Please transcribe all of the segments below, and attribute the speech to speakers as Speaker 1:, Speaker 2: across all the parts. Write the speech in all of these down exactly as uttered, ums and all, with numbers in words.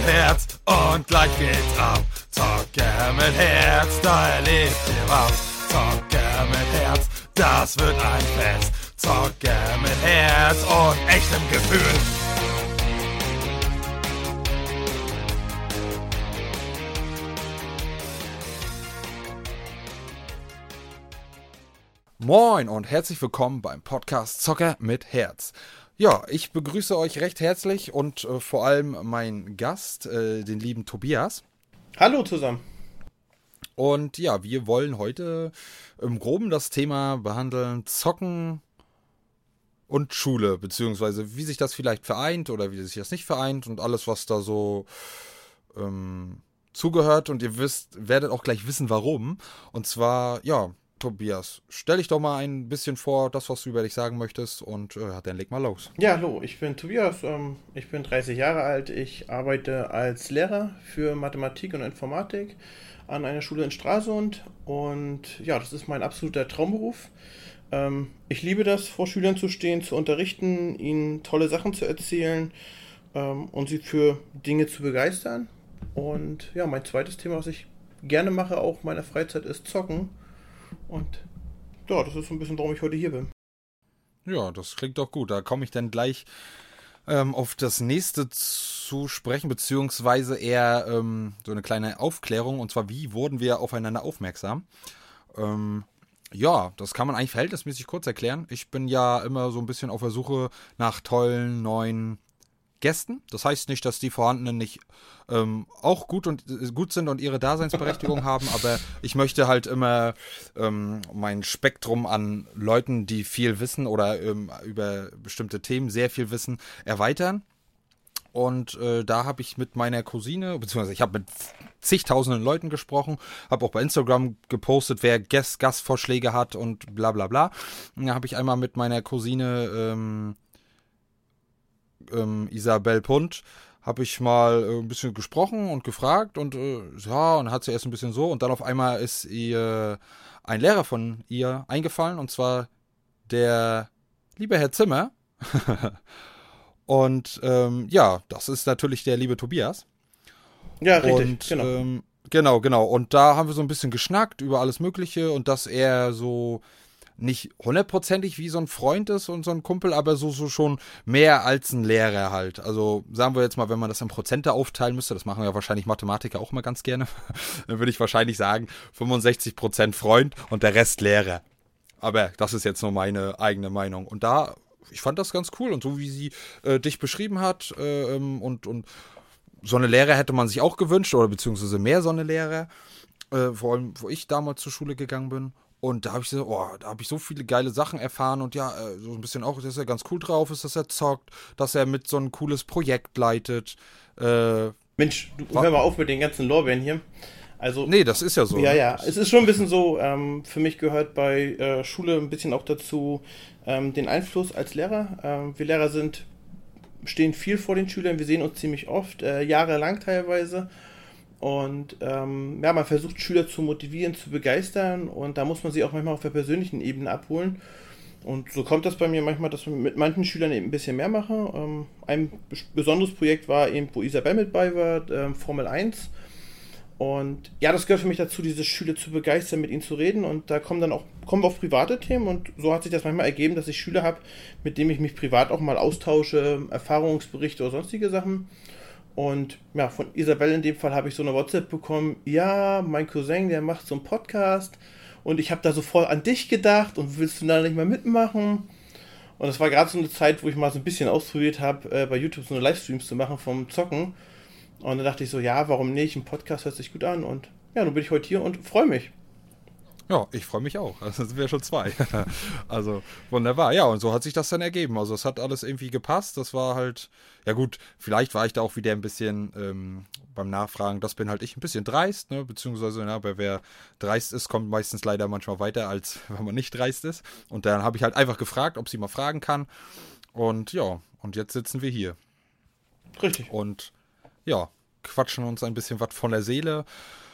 Speaker 1: Herz und gleich geht's ab. Zocker mit Herz, da erlebt ihr was. Zocker mit Herz, das wird ein Fest. Zocker mit Herz und echtem Gefühl. Moin und herzlich willkommen beim Podcast Zocker mit Herz. Ja, ich begrüße euch recht herzlich und äh, vor allem meinen Gast, äh, den lieben Tobias.
Speaker 2: Hallo zusammen.
Speaker 1: Und ja, wir wollen heute im Groben das Thema behandeln, Zocken und Schule, beziehungsweise wie sich das vielleicht vereint oder wie sich das nicht vereint und alles, was da so ähm, zugehört. Und ihr wisst, werdet auch gleich wissen, warum. Und zwar, ja, Tobias, stell dich doch mal ein bisschen vor, das, was du über dich sagen möchtest und äh, dann leg mal los.
Speaker 2: Ja, hallo, ich bin Tobias, ähm, ich bin dreißig Jahre alt, ich arbeite als Lehrer für Mathematik und Informatik an einer Schule in Stralsund und ja, das ist mein absoluter Traumberuf. Ähm, ich liebe das, vor Schülern zu stehen, zu unterrichten, ihnen tolle Sachen zu erzählen ähm, und sie für Dinge zu begeistern. Und ja, mein zweites Thema, was ich gerne mache, auch in meiner Freizeit, ist Zocken. Und ja, das ist so ein bisschen, warum ich heute hier bin.
Speaker 1: Ja, das klingt doch gut. Da komme ich dann gleich ähm, auf das nächste zu sprechen, beziehungsweise eher ähm, so eine kleine Aufklärung. Und zwar, wie wurden wir aufeinander aufmerksam? Ähm, ja, das kann man eigentlich verhältnismäßig kurz erklären. Ich bin ja immer so ein bisschen auf der Suche nach tollen, neuen Gästen. Das heißt nicht, dass die vorhandenen nicht ähm, auch gut und äh, gut sind und ihre Daseinsberechtigung haben, aber ich möchte halt immer ähm, mein Spektrum an Leuten, die viel wissen oder ähm, über bestimmte Themen sehr viel wissen, erweitern. Und äh, da habe ich mit meiner Cousine, beziehungsweise ich habe mit zigtausenden Leuten gesprochen, habe auch bei Instagram gepostet, wer Gast Gastvorschläge hat und bla bla bla. Und da habe ich einmal mit meiner Cousine ähm, Ähm, Isabel Punt, habe ich mal äh, ein bisschen gesprochen und gefragt und äh, ja, und hat sie erst ein bisschen so und dann auf einmal ist ihr ein Lehrer von ihr eingefallen und zwar der liebe Herr Zimmer. Und ähm, ja, das ist natürlich der liebe Tobias.
Speaker 2: Ja, richtig,
Speaker 1: und,
Speaker 2: genau.
Speaker 1: Ähm, genau, genau. Und da haben wir so ein bisschen geschnackt über alles Mögliche und dass er so nicht hundertprozentig wie so ein Freund ist und so ein Kumpel, aber so, so schon mehr als ein Lehrer halt. Also sagen wir jetzt mal, wenn man das in Prozente aufteilen müsste, das machen ja wahrscheinlich Mathematiker auch mal ganz gerne, dann würde ich wahrscheinlich sagen fünfundsechzig Prozent Freund und der Rest Lehrer. Aber das ist jetzt nur meine eigene Meinung. Und da, ich fand das ganz cool und so wie sie äh, dich beschrieben hat äh, und, und so eine Lehrer hätte man sich auch gewünscht oder beziehungsweise mehr so eine Lehrer, äh, vor allem wo ich damals zur Schule gegangen bin. Und da habe ich so, oh, da habe ich so viele geile Sachen erfahren und ja, so ein bisschen auch, dass er ganz cool drauf ist, dass er zockt, dass er mit so ein cooles Projekt leitet. Äh,
Speaker 2: Mensch, du, hör mal auf mit den ganzen Lorbeeren hier. Also,
Speaker 1: nee, das ist ja so.
Speaker 2: Ja,
Speaker 1: ne?
Speaker 2: ja, es ist schon ein bisschen so, ähm, für mich gehört bei äh, Schule ein bisschen auch dazu ähm, den Einfluss als Lehrer. Ähm, wir Lehrer sind, stehen viel vor den Schülern, wir sehen uns ziemlich oft, äh, jahrelang teilweise. Und ähm, ja, man versucht Schüler zu motivieren, zu begeistern und da muss man sie auch manchmal auf der persönlichen Ebene abholen. Und so kommt das bei mir manchmal, dass ich mit manchen Schülern eben ein bisschen mehr mache. Ähm, ein besonderes Projekt war eben, wo Isabel mit bei war, ähm, Formel eins. Und ja, das gehört für mich dazu, diese Schüler zu begeistern, mit ihnen zu reden. Und da kommen dann auch, kommen wir auf private Themen und so hat sich das manchmal ergeben, dass ich Schüler habe, mit denen ich mich privat auch mal austausche, Erfahrungsberichte oder sonstige Sachen. Und ja, von Isabel in dem Fall habe ich so eine WhatsApp bekommen, ja, mein Cousin, der macht so einen Podcast und ich habe da sofort an dich gedacht und willst du da nicht mal mitmachen? Und das war gerade so eine Zeit, wo ich mal so ein bisschen ausprobiert habe, äh, bei YouTube so eine Livestreams zu machen vom Zocken. Und dann dachte ich so, ja, warum nicht, ein Podcast hört sich gut an und ja, nun bin ich heute hier und freue mich.
Speaker 1: Ja, ich freue mich auch. Also sind wir schon zwei. Also wunderbar. Ja, und so hat sich das dann ergeben. Also es hat alles irgendwie gepasst. Das war halt, ja gut, vielleicht war ich da auch wieder ein bisschen ähm, beim Nachfragen, das bin halt ich ein bisschen dreist, ne? Beziehungsweise, ja, bei wer dreist ist, kommt meistens leider manchmal weiter, als wenn man nicht dreist ist. Und dann habe ich halt einfach gefragt, ob sie mal fragen kann. Und ja, und jetzt sitzen wir hier.
Speaker 2: Richtig.
Speaker 1: Und ja, quatschen uns ein bisschen was von der Seele.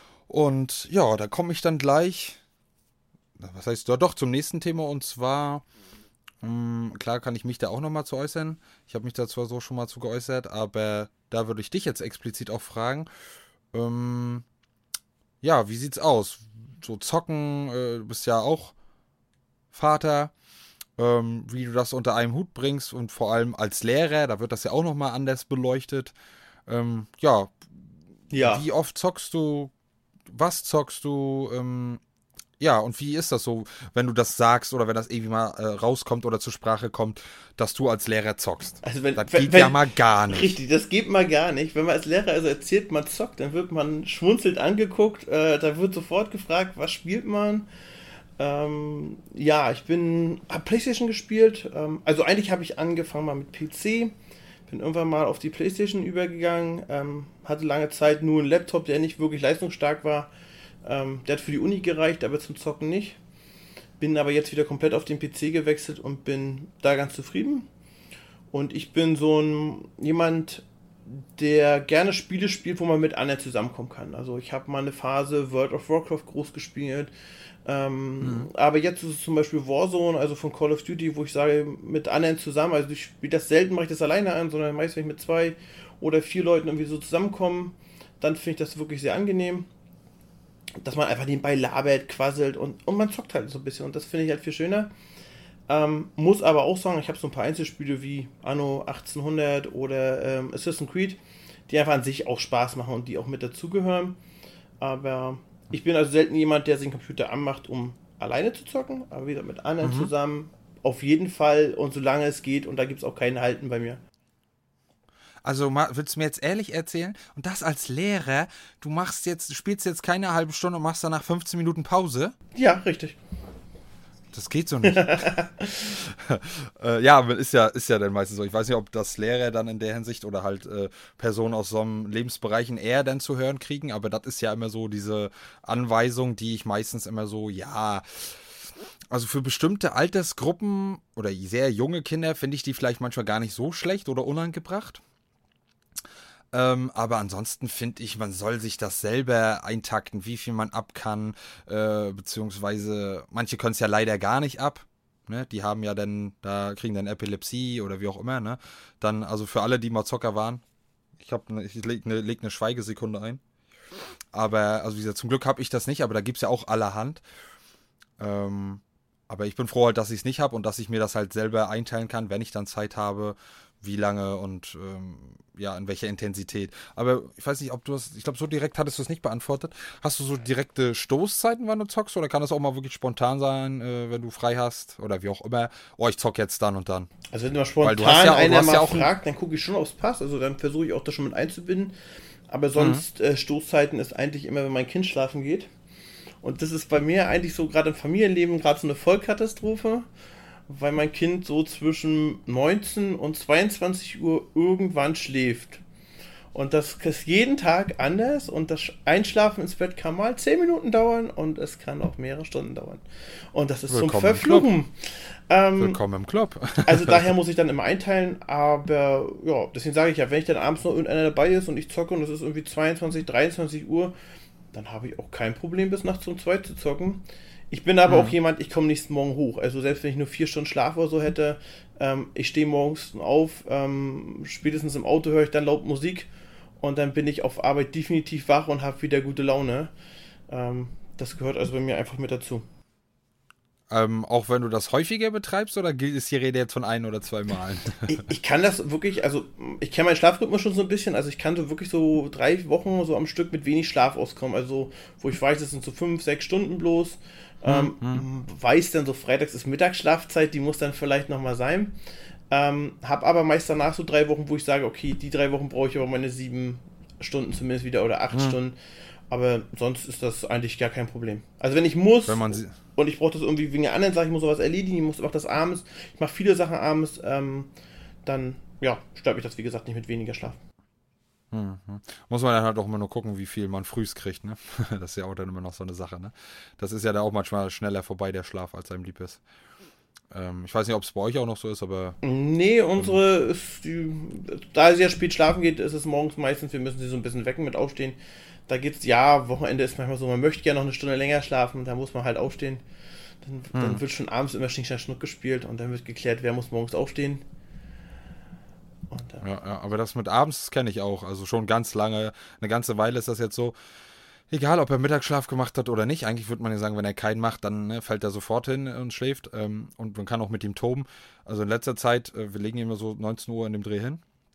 Speaker 1: Und ja, da komme ich dann gleich, was heißt, ja doch, zum nächsten Thema und zwar Ähm, klar kann ich mich da auch nochmal zu äußern. Ich habe mich da zwar so schon mal zu geäußert, aber da würde ich dich jetzt explizit auch fragen. Ähm, ja, wie sieht's aus? So zocken, äh, du bist ja auch Vater. Ähm, wie du das unter einem Hut bringst und vor allem als Lehrer, da wird das ja auch nochmal anders beleuchtet. Ähm, ja,
Speaker 2: Ja,
Speaker 1: wie oft zockst du? Was zockst du? Ähm, ja, und wie ist das so, wenn du das sagst oder wenn das irgendwie mal äh, rauskommt oder zur Sprache kommt, dass du als Lehrer zockst?
Speaker 2: also wenn,
Speaker 1: Das
Speaker 2: wenn,
Speaker 1: geht ja
Speaker 2: wenn
Speaker 1: mal gar nicht.
Speaker 2: richtig, das geht mal gar nicht. Wenn man als Lehrer also erzählt, man zockt, dann wird man schmunzelnd angeguckt, äh, da wird sofort gefragt, was spielt man? Ähm, ja, ich bin, hab PlayStation gespielt. Ähm, also eigentlich habe ich angefangen mal mit P C, bin irgendwann mal auf die PlayStation übergegangen, ähm, hatte lange Zeit nur einen Laptop, der nicht wirklich leistungsstark war. Ähm, der hat für die Uni gereicht, aber zum Zocken nicht. Bin aber jetzt wieder komplett auf den P C gewechselt und bin da ganz zufrieden. Und ich bin so ein jemand, der gerne Spiele spielt, wo man mit anderen zusammenkommen kann. Also ich habe mal eine Phase World of Warcraft groß gespielt. Ähm,
Speaker 1: Mhm.
Speaker 2: aber jetzt ist es zum Beispiel Warzone, also von Call of Duty, wo ich sage, mit anderen zusammen, also ich spiele das selten, mache ich das alleine an, sondern meist, wenn ich mit zwei oder vier Leuten irgendwie so zusammenkommen, dann finde ich das wirklich sehr angenehm, dass man einfach nebenbei labert, quasselt und, und man zockt halt so ein bisschen und das finde ich halt viel schöner. Ähm, muss aber auch sagen, ich habe so ein paar Einzelspiele wie Anno achtzehnhundert oder ähm, Assassin's Creed, die einfach an sich auch Spaß machen und die auch mit dazugehören. Aber ich bin also selten jemand, der sich den Computer anmacht, um alleine zu zocken, aber wieder mit anderen
Speaker 1: Mhm.
Speaker 2: zusammen. Auf jeden Fall und solange es geht und da gibt es auch keinen Halten bei mir.
Speaker 1: Also ma- willst du mir jetzt ehrlich erzählen? Und das als Lehrer, du machst jetzt, du spielst jetzt keine halbe Stunde und machst danach fünfzehn Minuten Pause?
Speaker 2: Ja, richtig.
Speaker 1: Das geht so nicht. äh, ja, ist ja, ist ja dann meistens so. Ich weiß nicht, ob das Lehrer dann in der Hinsicht oder halt äh, Personen aus so einem Lebensbereichen eher dann zu hören kriegen, aber das ist ja immer so diese Anweisung, die ich meistens immer so, ja, also für bestimmte Altersgruppen oder sehr junge Kinder finde ich die vielleicht manchmal gar nicht so schlecht oder unangebracht. Ähm, aber ansonsten finde ich, man soll sich das selber eintakten, wie viel man ab kann, äh, beziehungsweise manche können es ja leider gar nicht ab. Ne? Die haben ja dann, da kriegen dann Epilepsie oder wie auch immer, ne? Dann, also für alle, die mal Zocker waren, ich habe ne, ich leg eine leg ne Schweigesekunde ein. Aber, also wie gesagt, zum Glück habe ich das nicht, aber da gibt es ja auch allerhand. Ähm, aber ich bin froh halt, dass ich es nicht habe und dass ich mir das halt selber einteilen kann, wenn ich dann Zeit habe, wie lange und ähm, ja, in welcher Intensität. Aber ich weiß nicht, ob du das, ich glaube, so direkt hattest du es nicht beantwortet. Hast du so direkte Stoßzeiten, wann du zockst, oder kann das auch mal wirklich spontan sein, äh, wenn du frei hast oder wie auch immer? Oh, ich zock jetzt dann und dann.
Speaker 2: Also wenn mal
Speaker 1: Weil du hast
Speaker 2: spontan
Speaker 1: ja, du
Speaker 2: einer
Speaker 1: hast
Speaker 2: mal
Speaker 1: ja auch ein.
Speaker 2: fragt, dann gucke ich schon aufs Pass. Also dann versuche ich auch das schon mit einzubinden. Aber
Speaker 1: Mhm.
Speaker 2: sonst äh, Stoßzeiten ist eigentlich immer, wenn mein Kind schlafen geht. Und das ist bei mir eigentlich so gerade im Familienleben gerade so eine Vollkatastrophe, weil mein Kind so zwischen neunzehn und zweiundzwanzig Uhr irgendwann schläft. Und das ist jeden Tag anders und das Einschlafen ins Bett kann mal zehn Minuten dauern und es kann auch mehrere Stunden dauern. Und das ist zum
Speaker 1: Willkommen im Club.
Speaker 2: Verfluchen. Ähm,
Speaker 1: Willkommen im Club.
Speaker 2: also daher muss ich dann immer einteilen, aber ja, deswegen sage ich ja, wenn ich dann abends noch irgendeiner dabei ist und ich zocke und es ist irgendwie zweiundzwanzig, dreiundzwanzig Uhr, dann habe ich auch kein Problem, bis nachts um zwei zu zocken. Ich bin aber auch
Speaker 1: Mhm.
Speaker 2: jemand, ich komme nächsten Morgen hoch. Also selbst wenn ich nur vier Stunden Schlaf oder so hätte, ähm, ich stehe morgens auf, ähm, spätestens im Auto höre ich dann laut Musik und dann bin ich auf Arbeit definitiv wach und habe wieder gute Laune. Ähm, das gehört also bei mir einfach mit dazu.
Speaker 1: Ähm, auch wenn du das häufiger betreibst, oder gilt es die Rede jetzt von ein oder zwei Malen?
Speaker 2: Ich, ich kann das wirklich, also ich kenne meinen Schlafrhythmus schon so ein bisschen, also ich kann so wirklich so drei Wochen so am Stück mit wenig Schlaf auskommen, also wo ich weiß, es sind so fünf, sechs Stunden bloß,
Speaker 1: Hm,
Speaker 2: ähm,
Speaker 1: hm.
Speaker 2: weiß dann so freitags ist Mittagsschlafzeit, die muss dann vielleicht nochmal sein, ähm, hab aber meist danach so drei Wochen, wo ich sage, okay, die drei Wochen brauche ich aber meine sieben Stunden zumindest wieder oder acht
Speaker 1: Hm.
Speaker 2: Stunden, aber sonst ist das eigentlich gar kein Problem. Also wenn ich muss
Speaker 1: Wenn man sie.
Speaker 2: und ich brauche das irgendwie wegen der anderen Sache, ich muss sowas erledigen, ich muss auch das abends, ich mache viele Sachen abends, ähm, dann, ja, stört mich das, wie gesagt, nicht mit weniger Schlaf.
Speaker 1: Hm, hm. Muss man dann halt auch immer nur gucken, wie viel man frühs kriegt, ne? Das ist ja auch dann immer noch so eine Sache, ne? Das ist ja da auch manchmal schneller vorbei, der Schlaf, als einem lieb ist. Ähm, ich weiß nicht, ob es bei euch auch noch so ist, aber.
Speaker 2: Nee,
Speaker 1: Ähm,
Speaker 2: unsere ist die, da sie ja spät schlafen geht, ist es morgens meistens, wir müssen sie so ein bisschen wecken mit aufstehen. Da geht's, ja, Wochenende ist manchmal so, man möchte gerne noch eine Stunde länger schlafen, da muss man halt aufstehen. Dann,
Speaker 1: hm.
Speaker 2: dann wird schon abends immer Schnick, Schnack, Schnuck gespielt und dann wird geklärt, wer muss morgens aufstehen.
Speaker 1: Und, äh, ja, ja, aber das mit abends, das kenne ich auch. Also schon ganz lange, eine ganze Weile ist das jetzt so. Egal, ob er Mittagsschlaf gemacht hat oder nicht. Eigentlich würde man ja sagen, wenn er keinen macht, dann ne, fällt er sofort hin und schläft. Ähm, und man kann auch mit ihm toben. Also in letzter Zeit, äh, wir legen ihn immer so neunzehn Uhr in dem Dreh hin.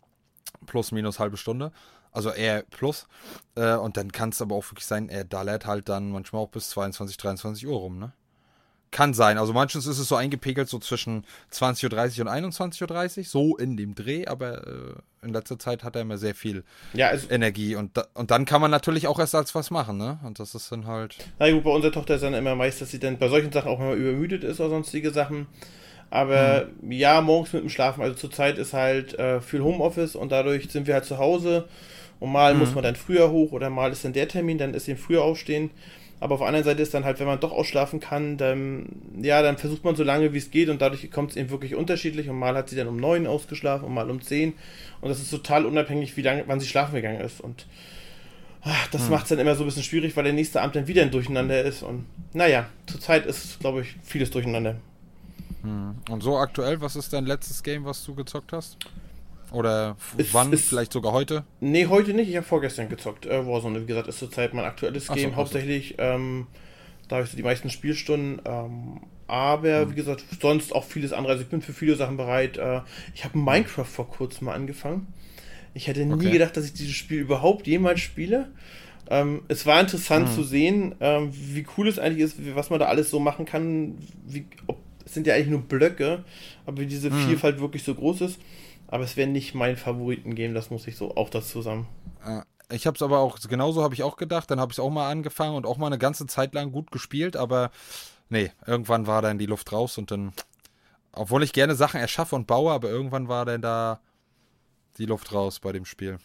Speaker 1: Plus, minus halbe Stunde. Also eher plus. Äh, und dann kann es aber auch wirklich sein, er dallert halt dann manchmal auch bis zweiundzwanzig, dreiundzwanzig Uhr rum, ne? Kann sein. Also manchens ist es so eingepegelt, so zwischen zwanzig Uhr dreißig und einundzwanzig Uhr dreißig, so in dem Dreh, aber äh, in letzter Zeit hat er immer sehr viel
Speaker 2: ja, also,
Speaker 1: Energie und, da, und dann kann man natürlich auch erst als was machen, ne? Und das ist dann halt...
Speaker 2: Na gut, bei unserer Tochter ist dann immer meist, dass sie dann bei solchen Sachen auch immer übermüdet ist oder sonstige Sachen. Aber hm. ja, morgens mit dem Schlafen, also zurzeit ist halt äh, viel Homeoffice und dadurch sind wir halt zu Hause und mal hm. muss man dann früher hoch oder mal ist dann der Termin, dann ist eben früher aufstehen. Aber auf der anderen Seite ist dann halt, wenn man doch ausschlafen kann, dann, ja, dann versucht man so lange, wie es geht und dadurch kommt es eben wirklich unterschiedlich und mal hat sie dann um neun ausgeschlafen und mal um zehn und das ist total unabhängig, wie lange, wann sie schlafen gegangen ist und ach, das hm. macht es dann immer so ein bisschen schwierig, weil der nächste Abend dann wieder ein Durcheinander ist und naja, zurzeit ist, glaube ich, vieles durcheinander.
Speaker 1: Hm. Und so aktuell, was ist dein letztes Game, was du gezockt hast? Oder
Speaker 2: es,
Speaker 1: wann?
Speaker 2: Es,
Speaker 1: vielleicht sogar heute?
Speaker 2: Nee, heute nicht. Ich habe vorgestern gezockt. Äh, Warzone, wie gesagt, ist zurzeit mein aktuelles Game. So, hauptsächlich, ähm, da habe ich so die meisten Spielstunden. Ähm, aber, hm. wie gesagt, sonst auch vieles andere. Also ich bin für viele Sachen bereit. Äh, ich habe Minecraft vor kurzem mal angefangen. Ich hätte nie okay. gedacht, dass ich dieses Spiel überhaupt jemals spiele. Ähm, es war interessant hm. zu sehen, ähm, wie cool es eigentlich ist, was man da alles so machen kann. Wie, ob, es sind ja eigentlich nur Blöcke, aber wie diese hm. Vielfalt wirklich so groß ist. Aber es wäre nicht mein Favoriten-Game, das muss ich so auch dazu sagen.
Speaker 1: Ich habe es aber auch, genauso habe ich auch gedacht, dann habe ich es auch mal angefangen und auch mal eine ganze Zeit lang gut gespielt, aber nee, irgendwann war dann die Luft raus und dann, obwohl ich gerne Sachen erschaffe und baue, aber irgendwann war dann da die Luft raus bei dem Spiel.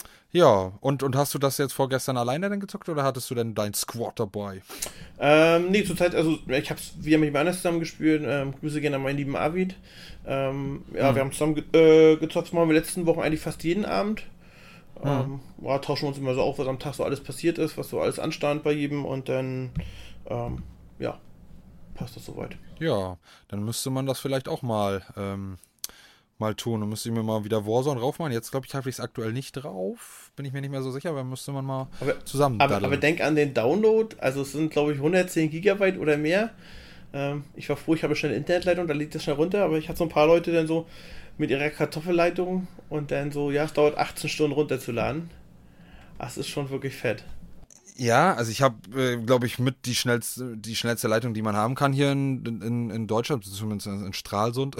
Speaker 1: Ja, und, und hast du das jetzt vorgestern alleine dann gezockt oder hattest du denn deinen Squad dabei?
Speaker 2: Ähm, nee, zurzeit, also ich hab's wieder mit jemand anders zusammen gespielt. Ähm, Grüße gerne an meinen lieben Arvid. Ähm, ja, hm. wir haben zusammen ge äh, gezockt, das machen wir letzten Wochen eigentlich fast jeden Abend. Ähm, hm. ja, tauschen wir uns immer so auf, was am Tag so alles passiert ist, was so alles anstand bei jedem und dann, ähm, ja, passt das soweit.
Speaker 1: Ja, dann müsste man das vielleicht auch mal, ähm, mal tun. Dann müsste ich mir mal wieder Warzone raufmachen. Jetzt glaube ich, habe ich es aktuell nicht drauf. Bin ich mir nicht mehr so sicher, aber müsste man mal
Speaker 2: aber,
Speaker 1: zusammen.
Speaker 2: Aber, aber denk an den Download. Also es sind, glaube ich, hundertzehn Gigabyte oder mehr. Ähm, ich war froh, ich habe schnell eine Internetleitung, da liegt das schnell runter. Aber ich hatte so ein paar Leute dann so mit ihrer Kartoffelleitung und dann so, ja, es dauert achtzehn Stunden runterzuladen. Das ist schon wirklich fett.
Speaker 1: Ja, also ich habe, äh, glaube ich, mit die schnellste, die schnellste Leitung, die man haben kann hier in, in, in Deutschland, zumindest in Stralsund.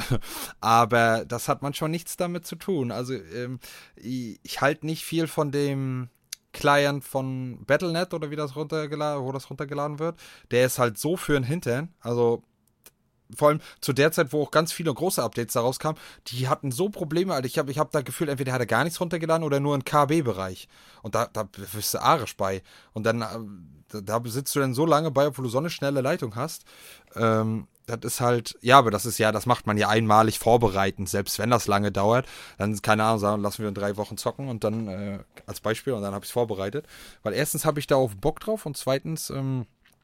Speaker 1: Aber das hat manchmal nichts damit zu tun. Also ähm, ich, ich halte nicht viel von dem Client von Battle Punkt net oder wie das runtergeladen, wo das runtergeladen wird. Der ist halt so für den Hintern. Also vor allem zu der Zeit, wo auch ganz viele große Updates da rauskamen, die hatten so Probleme, Alter. Ich habe ich hab da gefühlt, entweder hat er gar nichts runtergeladen oder nur einen K B-Bereich. Und da, da bist du arisch bei. Und dann, da, da sitzt du dann so lange bei, obwohl du so eine schnelle Leitung hast. Ähm, das ist halt, ja, aber das ist ja, das macht man ja einmalig vorbereitend, selbst wenn das lange dauert. Dann, keine Ahnung, sagen, lassen wir in drei Wochen zocken und dann, äh, als Beispiel, und dann habe ich es vorbereitet. Weil erstens habe ich da auch Bock drauf und zweitens ähm,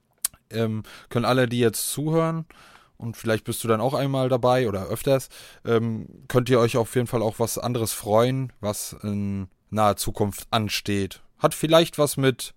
Speaker 1: ähm, können alle, die jetzt zuhören, und vielleicht bist du dann auch einmal dabei oder öfters, ähm, könnt ihr euch auf jeden Fall auch was anderes freuen, was in naher Zukunft ansteht. Hat vielleicht was mit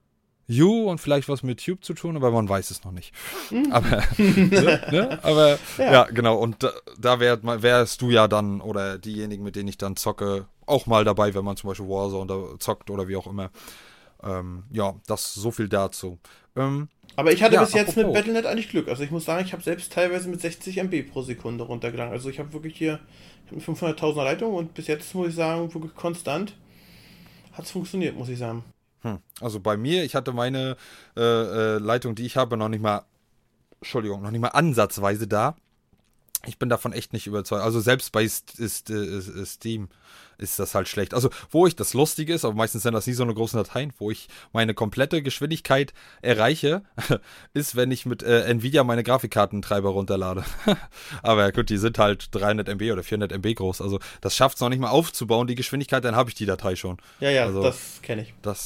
Speaker 1: You und vielleicht was mit Tube zu tun, aber man weiß es noch nicht. Mhm. Aber, ne, ne? aber ja. ja, genau, und da, da wär, wärst du ja dann oder diejenigen, mit denen ich dann zocke, auch mal dabei, wenn man zum Beispiel Warzone zockt oder wie auch immer. Ähm, ja, das so viel dazu. Ähm,
Speaker 2: Aber ich hatte ja, bis jetzt apropos. mit Battle Punkt net eigentlich Glück. Also ich muss sagen, ich habe selbst teilweise mit sechzig Megabyte pro Sekunde runtergelangt. Also ich habe wirklich hier ich hab eine fünfhunderttausender Leitung und bis jetzt muss ich sagen, wirklich konstant hat es funktioniert, muss ich sagen.
Speaker 1: Hm. Also bei mir, ich hatte meine äh, äh, Leitung, die ich habe, noch nicht mal, Entschuldigung, noch nicht mal ansatzweise da. Ich bin davon echt nicht überzeugt. Also selbst bei St- St- St- Steam ist das halt schlecht. Also wo ich, das Lustige ist, aber meistens sind das nie so eine großen Dateien, wo ich meine komplette Geschwindigkeit erreiche, ist, wenn ich mit äh, Nvidia meine Grafikkartentreiber runterlade. Aber gut, die sind halt dreihundert Megabyte oder vierhundert Megabyte groß. Also das schafft es noch nicht mal aufzubauen, die Geschwindigkeit, dann habe ich die Datei schon.
Speaker 2: Ja, ja,
Speaker 1: also,
Speaker 2: das kenne ich.
Speaker 1: Das,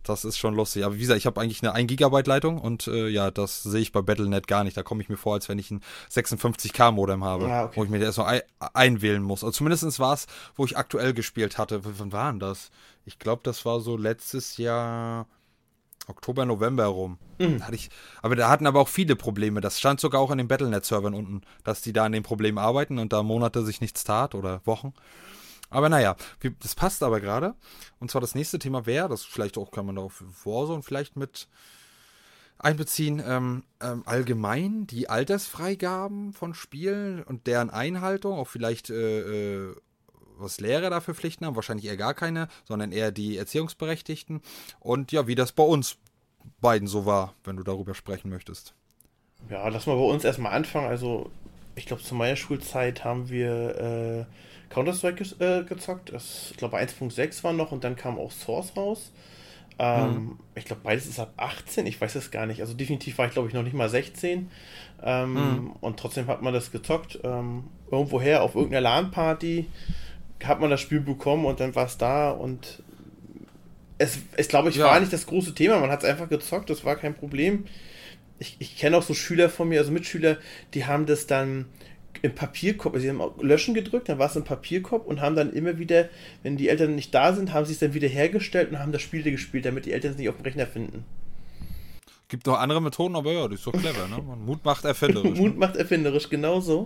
Speaker 1: Das ist schon lustig. Aber wie gesagt, ich habe eigentlich eine ein Gigabyte Leitung und äh, ja, das sehe ich bei Battle Punkt net gar nicht. Da komme ich mir vor, als wenn ich ein sechsundfünfzig K Modem habe,
Speaker 2: Ah, okay.
Speaker 1: wo ich mir erst noch ein, einwählen muss. Also zumindest war es, wo ich aktuell gespielt hatte. W- Wann war denn das? Ich glaube, das war so letztes Jahr Oktober, November rum.
Speaker 2: Mhm.
Speaker 1: Da hatte ich, aber da hatten aber auch viele Probleme. Das stand sogar auch in den Battle Punkt net-Servern unten, dass die da an den Problemen arbeiten und da Monate sich nichts tat oder Wochen. Aber naja, wie- das passt aber gerade. Und zwar das nächste Thema wäre, das vielleicht auch kann man da auf Warzone vielleicht mit einbeziehen, ähm, ähm, allgemein die Altersfreigaben von Spielen und deren Einhaltung, auch vielleicht äh, äh, was Lehrer dafür Pflichten haben, wahrscheinlich eher gar keine, sondern eher die Erziehungsberechtigten. Und ja, wie das bei uns beiden so war, wenn du darüber sprechen möchtest.
Speaker 2: Ja, lass mal bei uns erstmal anfangen. Also, ich glaube, zu meiner Schulzeit haben wir äh, Counter-Strike ge äh, gezockt. Das, ich glaube, eins Punkt sechs war noch und dann kam auch Source raus. Ähm,
Speaker 1: Mhm.
Speaker 2: ich glaube, beides ist ab achtzehn, ich weiß es gar nicht. Also definitiv war ich, glaube ich, noch nicht mal sechzehn.
Speaker 1: Mhm.
Speaker 2: Ähm, und trotzdem hat man das gezockt. Ähm, irgendwoher auf irgendeiner LAN-Party hat man das Spiel bekommen und dann war es da. Und es, es glaube ich, war
Speaker 1: Ja,
Speaker 2: nicht das große Thema. Man hat es einfach gezockt, das war kein Problem. Ich, ich kenne auch so Schüler von mir, also Mitschüler, die haben das dann im Papierkorb, also sie haben auch Löschen gedrückt, dann war es im Papierkorb und haben dann immer wieder, wenn die Eltern nicht da sind, haben sie es dann wieder hergestellt und haben das Spiel gespielt, damit die Eltern es nicht auf dem Rechner finden.
Speaker 1: gibt noch andere Methoden, aber ja, das ist doch clever, ne? Man, Mut macht erfinderisch,
Speaker 2: Mut
Speaker 1: ne?
Speaker 2: macht erfinderisch, genauso.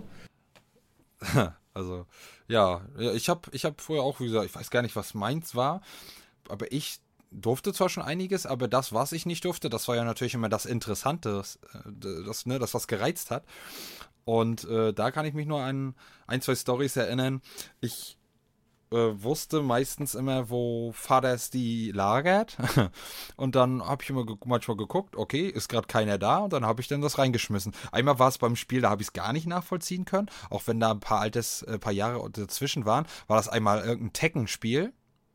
Speaker 1: Also, ja, ja, ich habe ich hab früher auch, wie gesagt, ich weiß gar nicht, was meins war, aber ich durfte zwar schon einiges, aber das, was ich nicht durfte, das war ja natürlich immer das Interessante, das, äh, das, ne, das was gereizt hat. Und äh, da kann ich mich nur an ein, zwei Storys erinnern. Ich äh, wusste meistens immer, wo Vaters die lagert. Und dann habe ich immer ge manchmal geguckt, okay, ist gerade keiner da. Und dann habe ich dann das reingeschmissen. Einmal war es beim Spiel, da habe ich es gar nicht nachvollziehen können. Auch wenn da ein paar altes, äh, paar Jahre dazwischen waren, war das einmal irgendein Tekken-Spiel.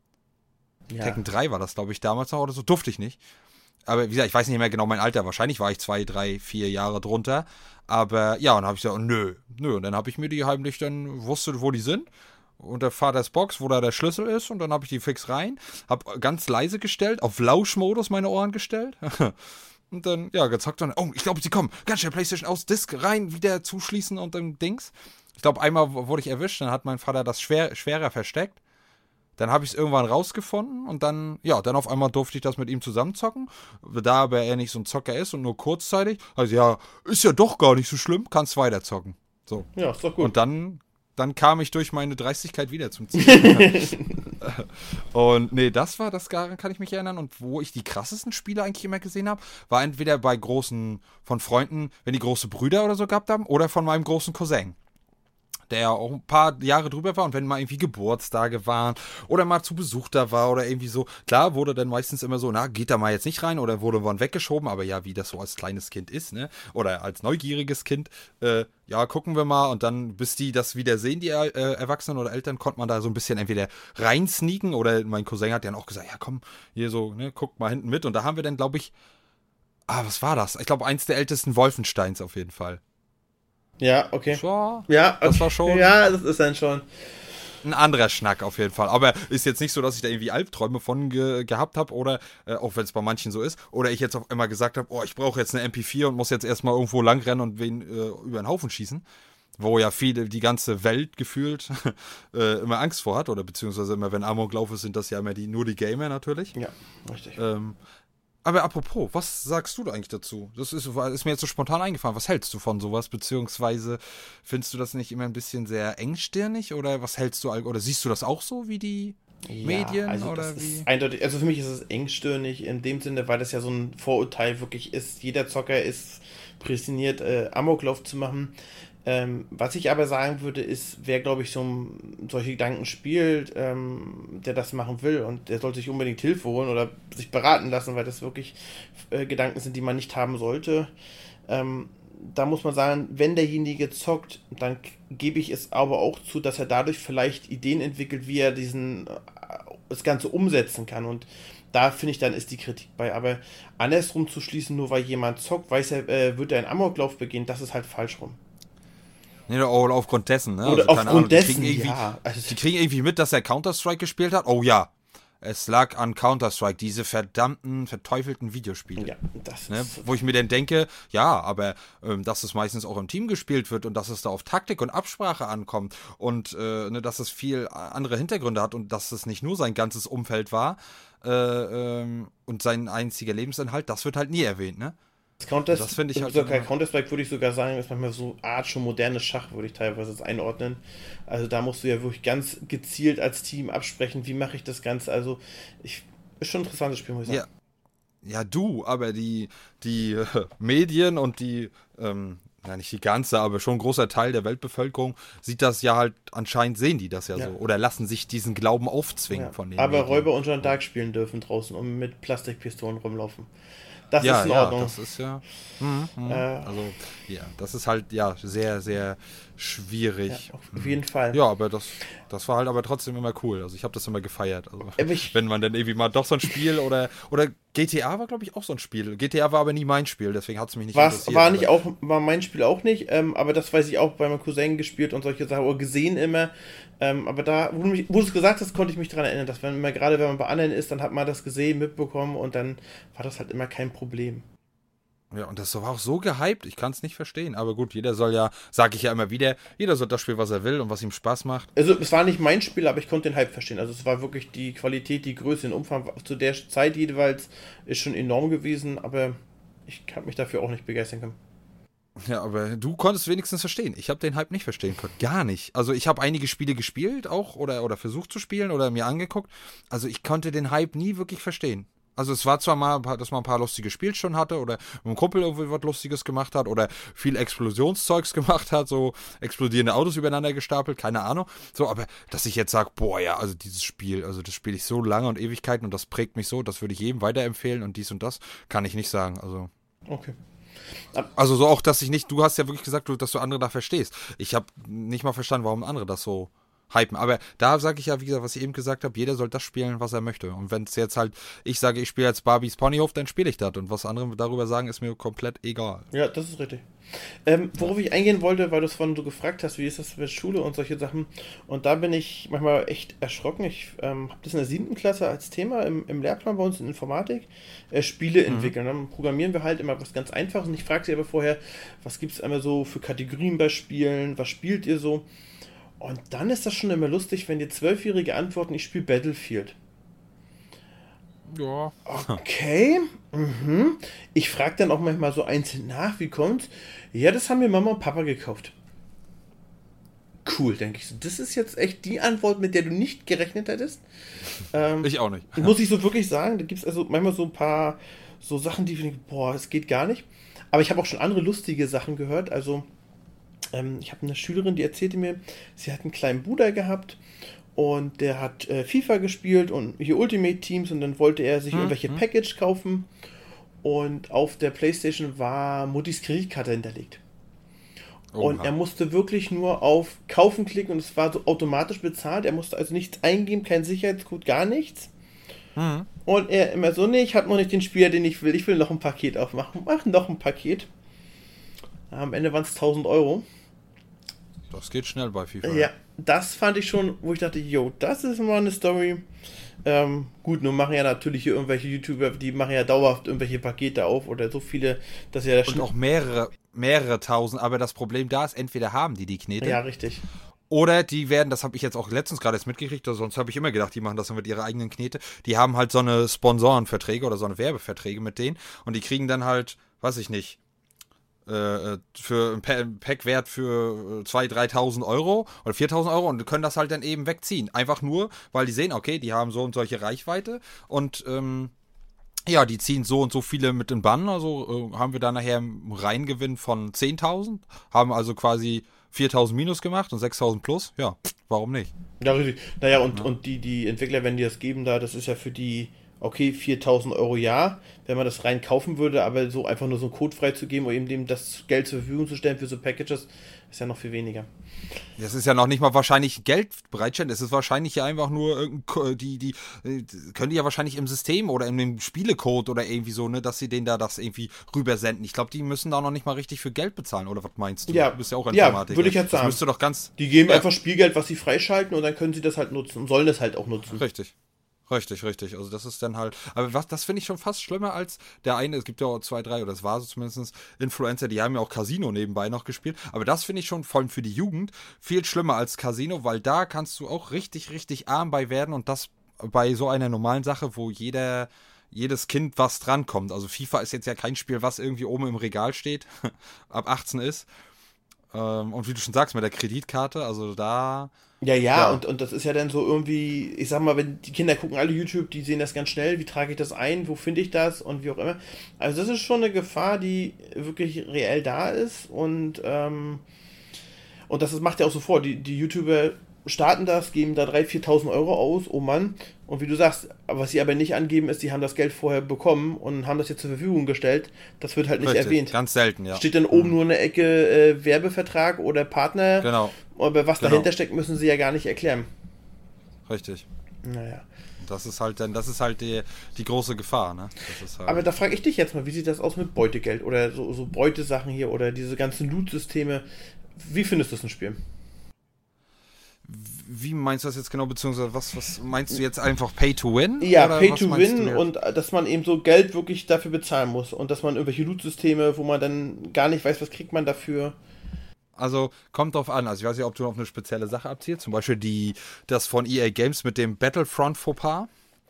Speaker 2: Ja.
Speaker 1: Tekken drei war das, glaube ich, damals noch oder so. Durfte ich nicht. Aber wie gesagt, ich weiß nicht mehr genau mein Alter. Wahrscheinlich war ich zwei, drei, vier Jahre drunter. Aber ja, und dann habe ich gesagt, nö, nö. Und dann habe ich mir die heimlich dann, wusste, wo die sind. Unter Vaters Box, wo da der Schlüssel ist. Und dann habe ich die fix rein. Habe ganz leise gestellt, auf Lauschmodus meine Ohren gestellt. Und dann, ja, gezockt. Und, oh, ich glaube, sie kommen. Ganz schnell Playstation aus, Disk rein, wieder zuschließen und dann Dings. Ich glaube, einmal wurde ich erwischt. Dann hat mein Vater das schwer, schwerer versteckt. Dann habe ich es irgendwann rausgefunden und dann, ja, dann auf einmal durfte ich das mit ihm zusammenzocken. Da aber er nicht so ein Zocker ist und nur kurzzeitig, also ja, ist ja doch gar nicht so schlimm, kannst weiter zocken. So.
Speaker 2: Ja, ist doch gut.
Speaker 1: Und dann, dann kam ich durch meine Dreistigkeit wieder zum Ziel. Und nee, das war, das daran kann ich mich erinnern. Und wo ich die krassesten Spiele eigentlich immer gesehen habe, war entweder bei großen, von Freunden, wenn die große Brüder oder so gehabt haben, oder von meinem großen Cousin, der ja auch ein paar Jahre drüber war und wenn mal irgendwie Geburtstage waren oder mal zu Besuch da war oder irgendwie so, klar wurde dann meistens immer so, na, geht da mal jetzt nicht rein oder wurde man weggeschoben, aber ja, wie das so als kleines Kind ist, ne, oder als neugieriges Kind, äh, ja, gucken wir mal und dann, bis die das wieder sehen, die äh, Erwachsenen oder Eltern, konnte man da so ein bisschen entweder reinsneaken oder mein Cousin hat dann auch gesagt, ja, komm, hier so, ne, guckt mal hinten mit und da haben wir dann, glaube ich, ah, was war das? Ich glaube, eins der ältesten Wolfensteins auf jeden Fall.
Speaker 2: Ja, okay.
Speaker 1: Das war,
Speaker 2: Ja, okay.
Speaker 1: das war schon
Speaker 2: Ja, das ist dann schon.
Speaker 1: ein anderer Schnack auf jeden Fall. Aber ist jetzt nicht so, dass ich da irgendwie Albträume von ge gehabt habe oder, äh, auch wenn es bei manchen so ist, oder ich jetzt auf einmal gesagt habe, oh, ich brauche jetzt eine M P vier und muss jetzt erstmal irgendwo langrennen und wen äh, über den Haufen schießen. Wo ja viele, die ganze Welt gefühlt äh, immer Angst vor hat, oder beziehungsweise immer, wenn Amoklauf ist, sind das ja immer die, nur die Gamer natürlich.
Speaker 2: Ja, richtig.
Speaker 1: Ähm, aber apropos, was sagst du da eigentlich dazu? Das ist, ist mir jetzt so spontan eingefallen. Was hältst du von sowas? Beziehungsweise findest du das nicht immer ein bisschen sehr engstirnig? Oder was hältst du, oder siehst du das auch so wie die
Speaker 2: Ja,
Speaker 1: Medien?
Speaker 2: also
Speaker 1: Oder
Speaker 2: das
Speaker 1: wie?
Speaker 2: ist eindeutig, also für mich ist es engstirnig in dem Sinne, weil das ja so ein Vorurteil wirklich ist. Jeder Zocker ist prädestiniert, äh, Amoklauf zu machen. Ähm, was ich aber sagen würde, ist, wer, glaube ich, so solche Gedanken spielt, ähm, der das machen will und der sollte sich unbedingt Hilfe holen oder sich beraten lassen, weil das wirklich äh, Gedanken sind, die man nicht haben sollte. Ähm, da muss man sagen, wenn derjenige zockt, dann k- gebe ich es aber auch zu, dass er dadurch vielleicht Ideen entwickelt, wie er diesen äh, das Ganze umsetzen kann und da finde ich, dann ist die Kritik bei. Aber andersrum zu schließen, nur weil jemand zockt, weiß er, äh, wird er einen Amoklauf begehen, das ist halt falsch rum.
Speaker 1: Nee, oder aufgrund dessen, ne?
Speaker 2: Oder
Speaker 1: Also, keine Ahnung,
Speaker 2: aufgrund
Speaker 1: die
Speaker 2: dessen,
Speaker 1: kriegen irgendwie,
Speaker 2: ja. Also,
Speaker 1: die kriegen irgendwie mit, dass er Counter-Strike gespielt hat. Oh ja. es lag an Counter-Strike, diese verdammten, verteufelten Videospiele.
Speaker 2: Ja, das
Speaker 1: ne?
Speaker 2: ist...
Speaker 1: Wo ich mir dann denke, ja, aber ähm, dass es meistens auch im Team gespielt wird und dass es da auf Taktik und Absprache ankommt und äh, ne, dass es viel andere Hintergründe hat und dass es nicht nur sein ganzes Umfeld war äh, ähm, und sein einziger Lebensinhalt, das wird halt nie erwähnt, ne?
Speaker 2: Counter,
Speaker 1: das finde ich halt
Speaker 2: sogar Counter-Strike würde ich sogar sagen, ist manchmal so Art schon modernes Schach, würde ich teilweise jetzt einordnen. Also da musst du ja wirklich ganz gezielt als Team absprechen, wie mache ich das Ganze. Also ich, ist schon ein interessantes Spiel, muss ich sagen.
Speaker 1: Ja, ja du, aber die, die äh, Medien und die, ähm, ja nicht die ganze, aber schon ein großer Teil der Weltbevölkerung sieht das ja halt, anscheinend sehen die das ja, ja. so. Oder lassen sich diesen Glauben aufzwingen
Speaker 2: ja.
Speaker 1: von denen.
Speaker 2: Aber Medien. Räuber und Jeanne d'Arc spielen dürfen draußen und mit Plastikpistolen rumlaufen. Das
Speaker 1: ja,
Speaker 2: ist in Ordnung.
Speaker 1: Ja, das ist ja. Hm, hm, äh, also, ja, das ist halt, ja, sehr, sehr schwierig.
Speaker 2: Ja, auf jeden Fall.
Speaker 1: Ja, aber das, das war halt aber trotzdem immer cool. Also, ich habe das immer gefeiert. Also,
Speaker 2: ich,
Speaker 1: wenn man dann irgendwie mal doch so ein Spiel oder, oder G T A war, glaube ich, auch so ein Spiel. G T A war aber nie mein Spiel, deswegen hat es mich nicht interessiert.
Speaker 2: War nicht auch, war mein Spiel auch nicht, ähm, aber das weiß ich auch bei meinem Cousin gespielt und solche Sachen, oder gesehen immer. Ähm, aber da, wo du, mich, wo du es gesagt hast, konnte ich mich daran erinnern, dass wenn man, gerade wenn man bei anderen ist, dann hat man das gesehen, mitbekommen und dann war das halt immer kein Problem.
Speaker 1: Ja, und das war auch so gehypt, ich kann es nicht verstehen. Aber gut, jeder soll ja, sage ich ja immer wieder, jeder soll das spielen, was er will und was ihm Spaß macht.
Speaker 2: Also es war nicht mein Spiel, aber ich konnte den Hype verstehen. Also es war wirklich die Qualität, die Größe, den Umfang zu der Zeit jeweils ist schon enorm gewesen, aber ich habe mich dafür auch nicht begeistern können.
Speaker 1: Ja, aber du konntest wenigstens verstehen. Ich habe den Hype nicht verstehen können. Gar nicht. Also ich habe einige Spiele gespielt auch oder, oder versucht zu spielen oder mir angeguckt. Also ich konnte den Hype nie wirklich verstehen. Also es war zwar mal, dass man ein paar lustige Spielstunden hatte oder ein Kumpel irgendwie was Lustiges gemacht hat oder viel Explosionszeugs gemacht hat, so explodierende Autos übereinander gestapelt, keine Ahnung. So, aber dass ich jetzt sage, boah ja, also dieses Spiel, also das spiele ich so lange und Ewigkeiten und das prägt mich so, das würde ich jedem weiterempfehlen und dies und das, kann ich nicht sagen. Also.
Speaker 2: Okay.
Speaker 1: Also so auch, dass ich nicht, du hast ja wirklich gesagt, dass du andere da verstehst. Ich habe nicht mal verstanden, warum andere das so hypen. Aber da sage ich ja, wie gesagt, was ich eben gesagt habe, jeder soll das spielen, was er möchte. Und wenn es jetzt halt, ich sage, ich spiele jetzt Barbies Ponyhof, dann spiele ich das. Und was andere darüber sagen, ist mir komplett egal.
Speaker 2: Ja, das ist richtig. Ähm, worauf ich eingehen wollte, weil du es vorhin so gefragt hast, wie ist das mit Schule und solche Sachen. Und da bin ich manchmal echt erschrocken. Ich ähm, habe das in der siebten Klasse als Thema im, im Lehrplan bei uns in Informatik. Äh, Spiele mhm. entwickeln. Dann programmieren wir halt immer was ganz Einfaches. Und ich frage sie aber vorher, was gibt es einmal so für Kategorien bei Spielen? Was spielt ihr so? Und dann ist das schon immer lustig, wenn die Zwölfjährige antworten, ich spiele Battlefield.
Speaker 1: Ja.
Speaker 2: Okay. Mhm. Ich frage dann auch manchmal so einzeln nach, wie kommt's? Ja, das haben mir Mama und Papa gekauft. Cool, denke ich so. Das ist jetzt echt die Antwort, mit der du nicht gerechnet hättest. Ähm,
Speaker 1: ich auch nicht.
Speaker 2: Muss ich so wirklich sagen. Da gibt es also manchmal so ein paar so Sachen, die ich denke, boah, das geht gar nicht. Aber ich habe auch schon andere lustige Sachen gehört. Also ich habe eine Schülerin, die erzählte mir, sie hat einen kleinen Bruder gehabt und der hat äh, FIFA gespielt und hier Ultimate Teams und dann wollte er sich mhm. irgendwelche Package kaufen und auf der PlayStation war Muttis Kreditkarte hinterlegt. Oha. Und er musste wirklich nur auf Kaufen klicken und es war so automatisch bezahlt. Er musste also nichts eingeben, kein Sicherheitscode, gar nichts. Mhm. Und er immer so, nee, ich habe noch nicht den Spieler, den ich will. Ich will noch ein Paket aufmachen. Mach noch ein Paket. Am Ende waren es tausend Euro.
Speaker 1: Das geht schnell bei FIFA.
Speaker 2: Ja, das fand ich schon, wo ich dachte, jo, das ist mal eine Story. Ähm, gut, nun machen ja natürlich hier irgendwelche YouTuber, die machen ja dauerhaft irgendwelche Pakete auf oder so viele, dass ja...
Speaker 1: Und auch mehrere, mehrere tausend, aber das Problem da ist, entweder haben die die Knete.
Speaker 2: Ja, richtig.
Speaker 1: Oder die werden, das habe ich jetzt auch letztens gerade erst mitgekriegt, sonst habe ich immer gedacht, die machen das mit ihrer eigenen Knete. Die haben halt so eine Sponsorenverträge oder so eine Werbeverträge mit denen und die kriegen dann halt, weiß ich nicht, für ein Packwert für zweitausend, dreitausend Euro oder viertausend Euro und können das halt dann eben wegziehen. Einfach nur, weil die sehen, okay, die haben so und solche Reichweite und ähm, ja, die ziehen so und so viele mit den Bann, also äh, haben wir da nachher einen Reingewinn von zehntausend, haben also quasi viertausend minus gemacht und sechstausend plus, ja, warum nicht?
Speaker 2: Ja, richtig. Naja, und, ja. und die, die Entwickler, wenn die das geben da, das ist ja für die okay, viertausend Euro ja, wenn man das rein kaufen würde, aber so einfach nur so einen Code freizugeben oder eben dem das Geld zur Verfügung zu stellen für so Packages, ist ja noch viel weniger.
Speaker 1: Das ist ja noch nicht mal wahrscheinlich Geld bereitstellen, es ist wahrscheinlich ja einfach nur, die, die, können die ja wahrscheinlich im System oder in dem Spielecode oder irgendwie so, ne, dass sie denen da das irgendwie rübersenden. Ich glaube, die müssen da noch nicht mal richtig für Geld bezahlen, oder was meinst du?
Speaker 2: Ja,
Speaker 1: du bist ja auch Informatiker.
Speaker 2: Ja, würde ich jetzt sagen.
Speaker 1: Das müsste doch ganz...
Speaker 2: Die geben
Speaker 1: ja.
Speaker 2: einfach Spielgeld, was sie freischalten und dann können sie das halt nutzen und sollen das halt auch nutzen.
Speaker 1: Richtig. Richtig, richtig. Also das ist dann halt, aber was, das finde ich schon fast schlimmer als der eine, es gibt ja auch zwei, drei, oder es war so zumindest, Influencer, die haben ja auch Casino nebenbei noch gespielt, aber das finde ich schon, vor allem für die Jugend, viel schlimmer als Casino, weil da kannst du auch richtig, richtig arm bei werden und das bei so einer normalen Sache, wo jeder, jedes Kind was drankommt. Also FIFA ist jetzt ja kein Spiel, was irgendwie oben im Regal steht, ab achtzehn ist. Ähm, und wie du schon sagst, mit der Kreditkarte, also da...
Speaker 2: Ja, ja,
Speaker 1: Ja,
Speaker 2: und, und das ist ja dann so irgendwie, ich sag mal, wenn die Kinder gucken alle YouTube, die sehen das ganz schnell, wie trage ich das ein, wo finde ich das und wie auch immer. Also das ist schon eine Gefahr, die wirklich reell da ist und, ähm, und das ist, macht ja auch so vor, die, die YouTuber starten das, geben da dreitausend, viertausend Euro aus, oh Mann, und wie du sagst, was sie aber nicht angeben ist, die haben das Geld vorher bekommen und haben das jetzt zur Verfügung gestellt, das wird halt nicht
Speaker 1: richtig,
Speaker 2: erwähnt.
Speaker 1: ganz selten, ja.
Speaker 2: Steht dann oben nur eine Ecke äh, Werbevertrag oder Partner.
Speaker 1: Genau.
Speaker 2: Aber was
Speaker 1: Genau.
Speaker 2: dahinter steckt, müssen sie ja gar nicht erklären.
Speaker 1: Richtig.
Speaker 2: Naja.
Speaker 1: Das ist halt dann, das ist halt die, die große Gefahr, ne? Das ist halt
Speaker 2: Aber da frage ich dich jetzt mal, wie sieht das aus mit Beutegeld oder so, so Beutesachen hier oder diese ganzen Loot-Systeme? Wie findest du das ein Spiel?
Speaker 1: Wie meinst du das jetzt genau, beziehungsweise was, was meinst du jetzt einfach Pay to Win?
Speaker 2: Ja,
Speaker 1: oder
Speaker 2: Pay
Speaker 1: was
Speaker 2: to
Speaker 1: meinst
Speaker 2: Win
Speaker 1: du
Speaker 2: und äh, dass man eben so Geld wirklich dafür bezahlen muss und dass man irgendwelche Loot-Systeme, wo man dann gar nicht weiß, was kriegt man dafür.
Speaker 1: Also kommt drauf an, also ich weiß nicht, ob du auf eine spezielle Sache abzielst, zum Beispiel die, das von E A Games mit dem Battlefront Fauxpas.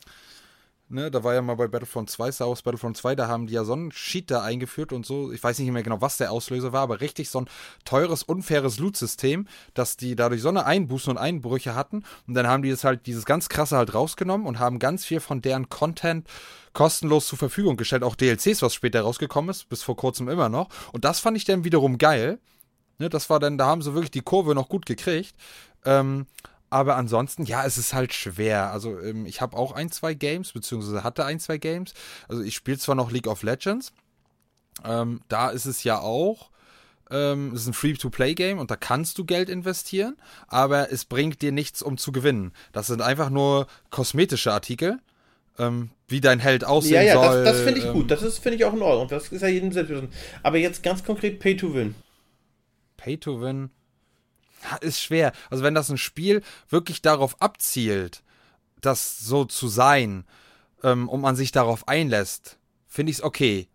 Speaker 1: Ne, da war ja mal bei Battlefront zwei, Star Wars Battlefront zwei, da haben die ja so einen Cheat da eingeführt und so. Ich weiß nicht mehr genau, was der Auslöser war, aber richtig so ein teures, unfaires Loot-System, dass die dadurch so eine Einbußen und Einbrüche hatten. Und dann haben die das halt, dieses ganz krasse halt rausgenommen und haben ganz viel von deren Content kostenlos zur Verfügung gestellt. Auch D L Cs, was später rausgekommen ist, bis vor kurzem immer noch. Und das fand ich dann wiederum geil. Ne, das war dann, da haben sie wirklich die Kurve noch gut gekriegt. Ähm, Aber ansonsten, ja, es ist halt schwer. Also ähm, ich habe auch ein, zwei Games, beziehungsweise hatte ein, zwei Games. Also ich spiele zwar noch League of Legends. Ähm, da ist es ja auch, ähm, es ist ein Free-to-Play-Game und da kannst du Geld investieren, aber es bringt dir nichts, um zu gewinnen. Das sind einfach nur kosmetische Artikel, ähm, wie dein Held aussehen
Speaker 2: Ja, ja,
Speaker 1: soll.
Speaker 2: das, das finde ich
Speaker 1: ähm,
Speaker 2: gut. Das ist, finde ich auch in Ordnung. Das ist ja jedem selbst überlassen. Aber jetzt ganz konkret Pay to Win.
Speaker 1: Pay to Win ist schwer. Also wenn das ein Spiel wirklich darauf abzielt, das so zu sein, ähm, und man sich darauf einlässt, finde ich es okay.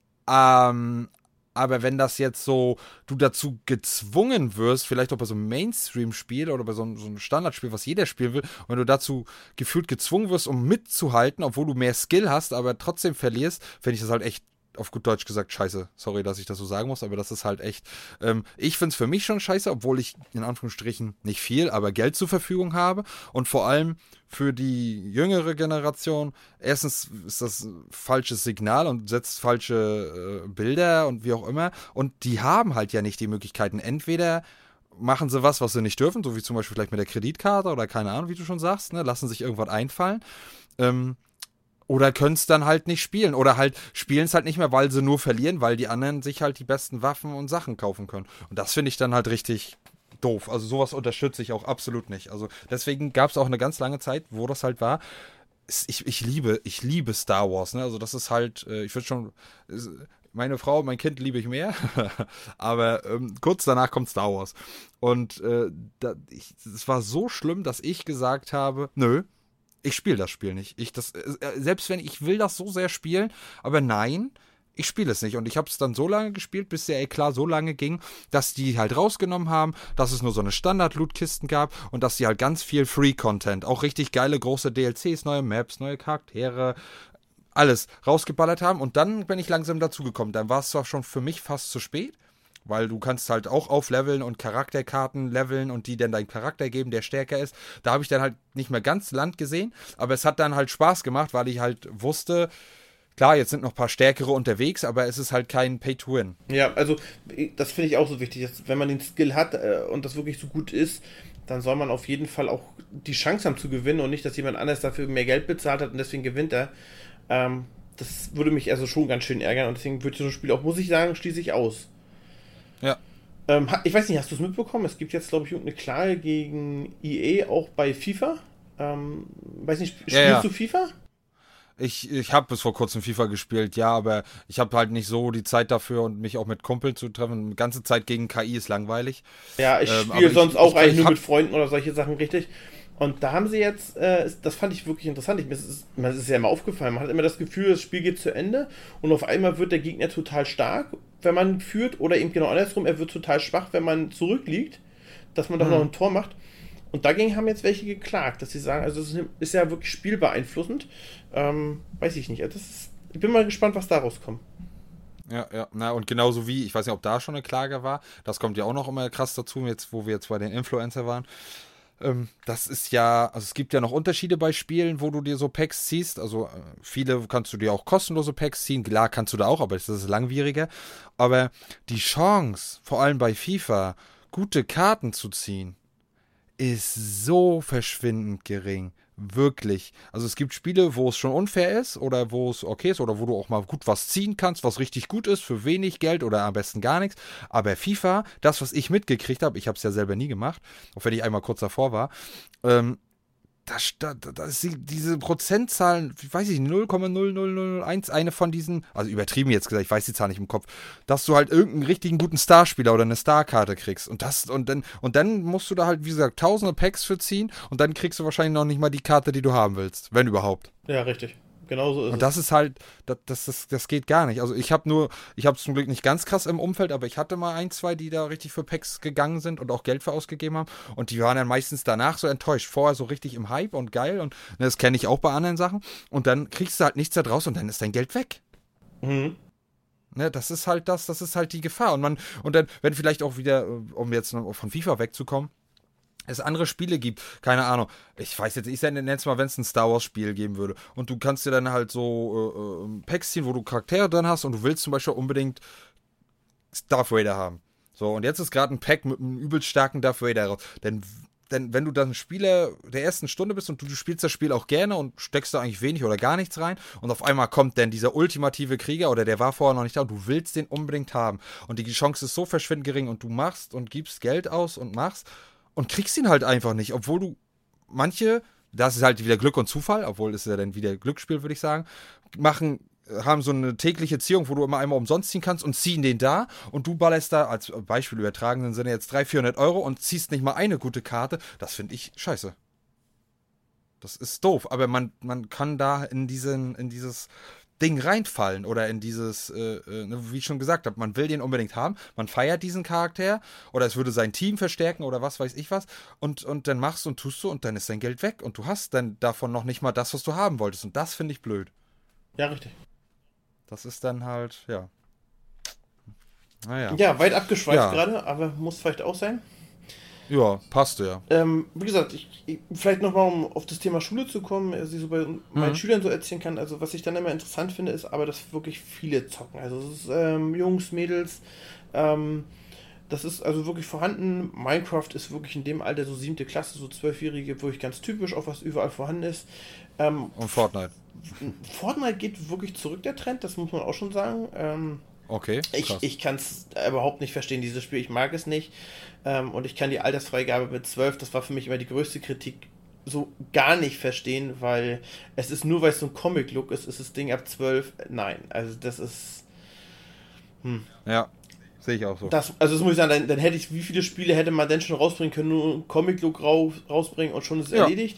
Speaker 1: Ähm, aber wenn das jetzt so, du dazu gezwungen wirst, vielleicht auch bei so einem Mainstream-Spiel oder bei so einem, so einem Standardspiel, was jeder spielen will, und wenn du dazu gefühlt gezwungen wirst, um mitzuhalten, obwohl du mehr Skill hast, aber trotzdem verlierst, finde ich das halt echt, auf gut Deutsch gesagt, scheiße. Sorry, dass ich das so sagen muss, aber das ist halt echt, ähm, ich finde es für mich schon scheiße, obwohl ich in Anführungsstrichen nicht viel, aber Geld zur Verfügung habe und vor allem für die jüngere Generation, erstens ist das ein falsches Signal und setzt falsche äh, Bilder und wie auch immer und die haben halt ja nicht die Möglichkeiten, entweder machen sie was, was sie nicht dürfen, so wie zum Beispiel vielleicht mit der Kreditkarte oder keine Ahnung, wie du schon sagst, ne, lassen sich irgendwas einfallen, ähm, oder können es dann halt nicht spielen. Oder halt spielen es halt nicht mehr, weil sie nur verlieren, weil die anderen sich halt die besten Waffen und Sachen kaufen können. Und das finde ich dann halt richtig doof. Also sowas unterstütze ich auch absolut nicht. Also deswegen gab es auch eine ganz lange Zeit, wo das halt war. Ich, ich liebe, ich liebe Star Wars. Ne? Also das ist halt, ich würde schon, meine Frau, mein Kind liebe ich mehr. Aber ähm, kurz danach kommt Star Wars. Und äh, da, ich, es war so schlimm, dass ich gesagt habe, nö, ich spiele das Spiel nicht. Ich das, äh, selbst wenn ich will das so sehr spielen, aber nein, ich spiele es nicht. Und ich habe es dann so lange gespielt, bis der Eklat so lange ging, dass die halt rausgenommen haben, dass es nur so eine Standard-Loot-Kisten gab und dass die halt ganz viel Free-Content, auch richtig geile große D L Cs, neue Maps, neue Charaktere, alles rausgeballert haben. Und dann bin ich langsam dazugekommen. Dann war es zwar schon für mich fast zu spät, weil du kannst halt auch aufleveln und Charakterkarten leveln und die dann deinen Charakter geben, der stärker ist. Da habe ich dann halt nicht mehr ganz Land gesehen, aber es hat dann halt Spaß gemacht, weil ich halt wusste, klar, jetzt sind noch ein paar Stärkere unterwegs, aber es ist halt kein Pay-to-Win.
Speaker 2: Ja, also das finde ich auch so wichtig, dass, wenn man den Skill hat äh, und das wirklich so gut ist, dann soll man auf jeden Fall auch die Chance haben zu gewinnen und nicht, dass jemand anders dafür mehr Geld bezahlt hat und deswegen gewinnt er. Ähm, das würde mich also schon ganz schön ärgern und deswegen würde ich so ein Spiel auch, muss ich sagen, schließe ich aus.
Speaker 1: Ja.
Speaker 2: Ähm, ich weiß nicht, hast du es mitbekommen? Es gibt jetzt, glaube ich, irgendeine Klage gegen E A, auch bei FIFA. Ähm, weiß nicht, spielst
Speaker 1: ja, ja.
Speaker 2: du FIFA?
Speaker 1: Ich, ich habe bis vor kurzem FIFA gespielt, ja, aber ich habe halt nicht so die Zeit dafür und mich auch mit Kumpeln zu treffen. Die ganze Zeit gegen K I ist langweilig.
Speaker 2: Ja, ich
Speaker 1: ähm,
Speaker 2: spiele sonst
Speaker 1: ich,
Speaker 2: auch
Speaker 1: ich,
Speaker 2: eigentlich
Speaker 1: ich
Speaker 2: nur
Speaker 1: hab,
Speaker 2: mit Freunden oder solche Sachen, richtig. Und da haben sie jetzt, äh, das fand ich wirklich interessant. Ich, mir ist, mir ist ja immer aufgefallen, man hat immer das Gefühl, das Spiel geht zu Ende und auf einmal wird der Gegner total stark, wenn man führt, oder eben genau andersrum, er wird total schwach, wenn man zurückliegt, dass man doch mhm. noch ein Tor macht. Und dagegen haben jetzt welche geklagt, dass sie sagen, also es ist ja wirklich spielbeeinflussend. Ähm, weiß ich nicht. Das ist, ich bin mal gespannt, was daraus kommt.
Speaker 1: Ja, ja, na und genauso wie, ich weiß nicht, ob da schon eine Klage war, das kommt ja auch noch immer krass dazu, jetzt, wo wir jetzt bei den Influencer waren. Ähm, das ist ja, also es gibt ja noch Unterschiede bei Spielen, wo du dir so Packs ziehst, also äh, viele kannst du dir auch kostenlose Packs ziehen, klar kannst du da auch, aber das ist langwieriger. Aber die Chance, vor allem bei FIFA, gute Karten zu ziehen, ist so verschwindend gering. Wirklich. Also es gibt Spiele, wo es schon unfair ist oder wo es okay ist oder wo du auch mal gut was ziehen kannst, was richtig gut ist für wenig Geld oder am besten gar nichts. Aber FIFA, das, was ich mitgekriegt habe, ich habe es ja selber nie gemacht, auch wenn ich einmal kurz davor war, ähm, Das, das, das, diese Prozentzahlen, weiß ich nicht, null Komma null null null eins, eine von diesen, also übertrieben jetzt gesagt, ich weiß die Zahl nicht im Kopf, dass du halt irgendeinen richtigen guten Starspieler oder eine Starkarte kriegst. Und das, und dann, und dann musst du da halt, wie gesagt, tausende Packs für ziehen und dann kriegst du wahrscheinlich noch nicht mal die Karte, die du haben willst, wenn überhaupt.
Speaker 2: Ja, richtig. Genauso ist es.
Speaker 1: Und das ist halt, das, das, das, das geht gar nicht. Also ich habe nur, ich habe es zum Glück nicht ganz krass im Umfeld, aber ich hatte mal ein, zwei, die da richtig für Packs gegangen sind und auch Geld für ausgegeben haben. Und die waren dann meistens danach so enttäuscht. Vorher so richtig im Hype und geil. Und ne, das kenne ich auch bei anderen Sachen. Und dann kriegst du halt nichts da draus und dann ist dein Geld weg.
Speaker 2: Mhm.
Speaker 1: Ne, das ist halt das, das ist halt die Gefahr. Und man, und dann, wenn vielleicht auch wieder, um jetzt noch von FIFA wegzukommen, es andere Spiele gibt, keine Ahnung, ich weiß jetzt, ich nenne es mal, wenn es ein Star Wars Spiel geben würde und du kannst dir dann halt so äh, Packs ziehen, wo du Charaktere drin hast und du willst zum Beispiel unbedingt Darth Vader haben. So, und jetzt ist gerade ein Pack mit einem übelst starken Darth Vader raus. Denn, denn wenn du dann Spieler der ersten Stunde bist und du, du spielst das Spiel auch gerne und steckst da eigentlich wenig oder gar nichts rein und auf einmal kommt dann dieser ultimative Krieger oder der war vorher noch nicht da und du willst den unbedingt haben und die Chance ist so verschwindend gering und du machst und gibst Geld aus und machst und kriegst ihn halt einfach nicht, obwohl du manche, das ist halt wieder Glück und Zufall, obwohl es ja dann wieder Glücksspiel, würde ich sagen, machen, haben so eine tägliche Ziehung, wo du immer einmal umsonst ziehen kannst und ziehen den da und du ballerst da, als Beispiel übertragenen Sinne jetzt dreihundert, vierhundert Euro und ziehst nicht mal eine gute Karte, das finde ich scheiße. Das ist doof, aber man, man kann da in diesen, in dieses Ding reinfallen oder in dieses, äh, äh, wie ich schon gesagt habe, man will den unbedingt haben, man feiert diesen Charakter oder es würde sein Team verstärken oder was weiß ich was und, und dann machst du und tust du und dann ist dein Geld weg und du hast dann davon noch nicht mal das, was du haben wolltest und das finde ich blöd.
Speaker 2: Ja, richtig.
Speaker 1: Das ist dann halt, ja. Naja.
Speaker 2: Ja, weit abgeschweift
Speaker 1: ja.
Speaker 2: gerade, aber muss vielleicht auch sein.
Speaker 1: Ja, passt ja.
Speaker 2: Ähm, wie gesagt, ich, ich, vielleicht nochmal, um auf das Thema Schule zu kommen, also ich so bei mhm. meinen Schülern so erzählen kann, also was ich dann immer interessant finde, ist aber, dass wirklich viele zocken. Also es ist ähm, Jungs, Mädels, ähm, das ist also wirklich vorhanden. Minecraft ist wirklich in dem Alter so siebte Klasse, so zwölfjährige, wirklich ganz typisch, auch was überall vorhanden ist. Ähm,
Speaker 1: Und Fortnite.
Speaker 2: Fortnite geht wirklich zurück, der Trend, das muss man auch schon sagen. Ähm,
Speaker 1: Okay,
Speaker 2: ich, ich kann es überhaupt nicht verstehen, dieses Spiel. Ich mag es nicht. Ähm, und ich kann die Altersfreigabe mit zwölf, das war für mich immer die größte Kritik, so gar nicht verstehen, weil es ist nur, weil es so ein Comic-Look ist, ist das Ding ab zwölf. Nein, also das ist... Hm.
Speaker 1: Ja, sehe ich auch so.
Speaker 2: Das, also das muss ich sagen, dann, dann hätte ich, wie viele Spiele hätte man denn schon rausbringen können, nur einen Comic-Look raus, rausbringen und schon ist es ja. erledigt?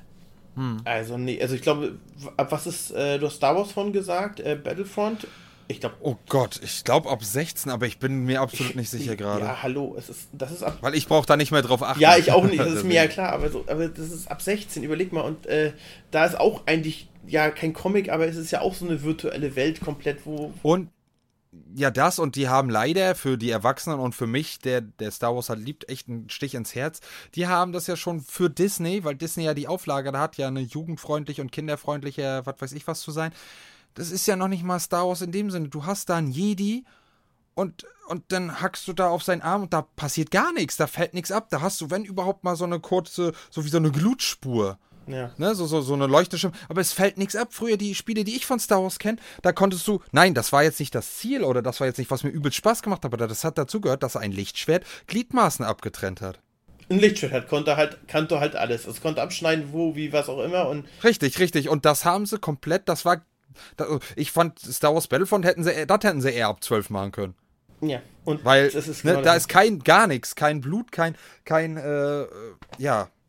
Speaker 2: Hm. Also nee, also ich glaube, ab was ist, äh, du hast Star Wars von gesagt, äh, Battlefront... Ich glaube.
Speaker 1: Oh Gott, ich glaube ab sechzehn, aber ich bin mir absolut nicht sicher gerade.
Speaker 2: Ja, hallo, es ist, das ist ab.
Speaker 1: Weil ich brauche da nicht mehr drauf achten.
Speaker 2: Ja, ich auch nicht, das ist mir ja klar, aber, so, aber das ist ab sechzehn, überleg mal, und äh, da ist auch eigentlich, ja, kein Comic, aber es ist ja auch so eine virtuelle Welt komplett, wo.
Speaker 1: Und ja, das und die haben leider für die Erwachsenen und für mich, der, der Star Wars halt liebt, echt einen Stich ins Herz. Die haben das ja schon für Disney, weil Disney ja die Auflage da hat, ja eine jugendfreundliche und kinderfreundliche, was weiß ich was zu sein. Das ist ja noch nicht mal Star Wars in dem Sinne. Du hast da einen Jedi und, und dann hackst du da auf seinen Arm und da passiert gar nichts. Da fällt nichts ab. Da hast du, wenn überhaupt, mal so eine kurze, so wie so eine Glutspur.
Speaker 2: Ja.
Speaker 1: Ne, so, so, so eine Leuchteschiff. Aber es fällt nichts ab. Früher die Spiele, die ich von Star Wars kenne, da konntest du, nein, das war jetzt nicht das Ziel oder das war jetzt nicht, was mir übelst Spaß gemacht hat, aber das hat dazu gehört, dass ein Lichtschwert Gliedmaßen abgetrennt hat.
Speaker 2: Ein Lichtschwert hat, konnte halt, kannte halt alles. Es konnte abschneiden, wo, wie, was auch immer. Und
Speaker 1: richtig, richtig. Und das haben sie komplett, das war. Ich fand, Star Wars Battlefront hätten sie, das hätten sie eher ab zwölf machen können.
Speaker 2: Ja, und
Speaker 1: weil
Speaker 2: das ist
Speaker 1: ne,
Speaker 2: genau
Speaker 1: da
Speaker 2: das.
Speaker 1: ist kein, gar nichts, kein Blut, kein, kein, äh, ja,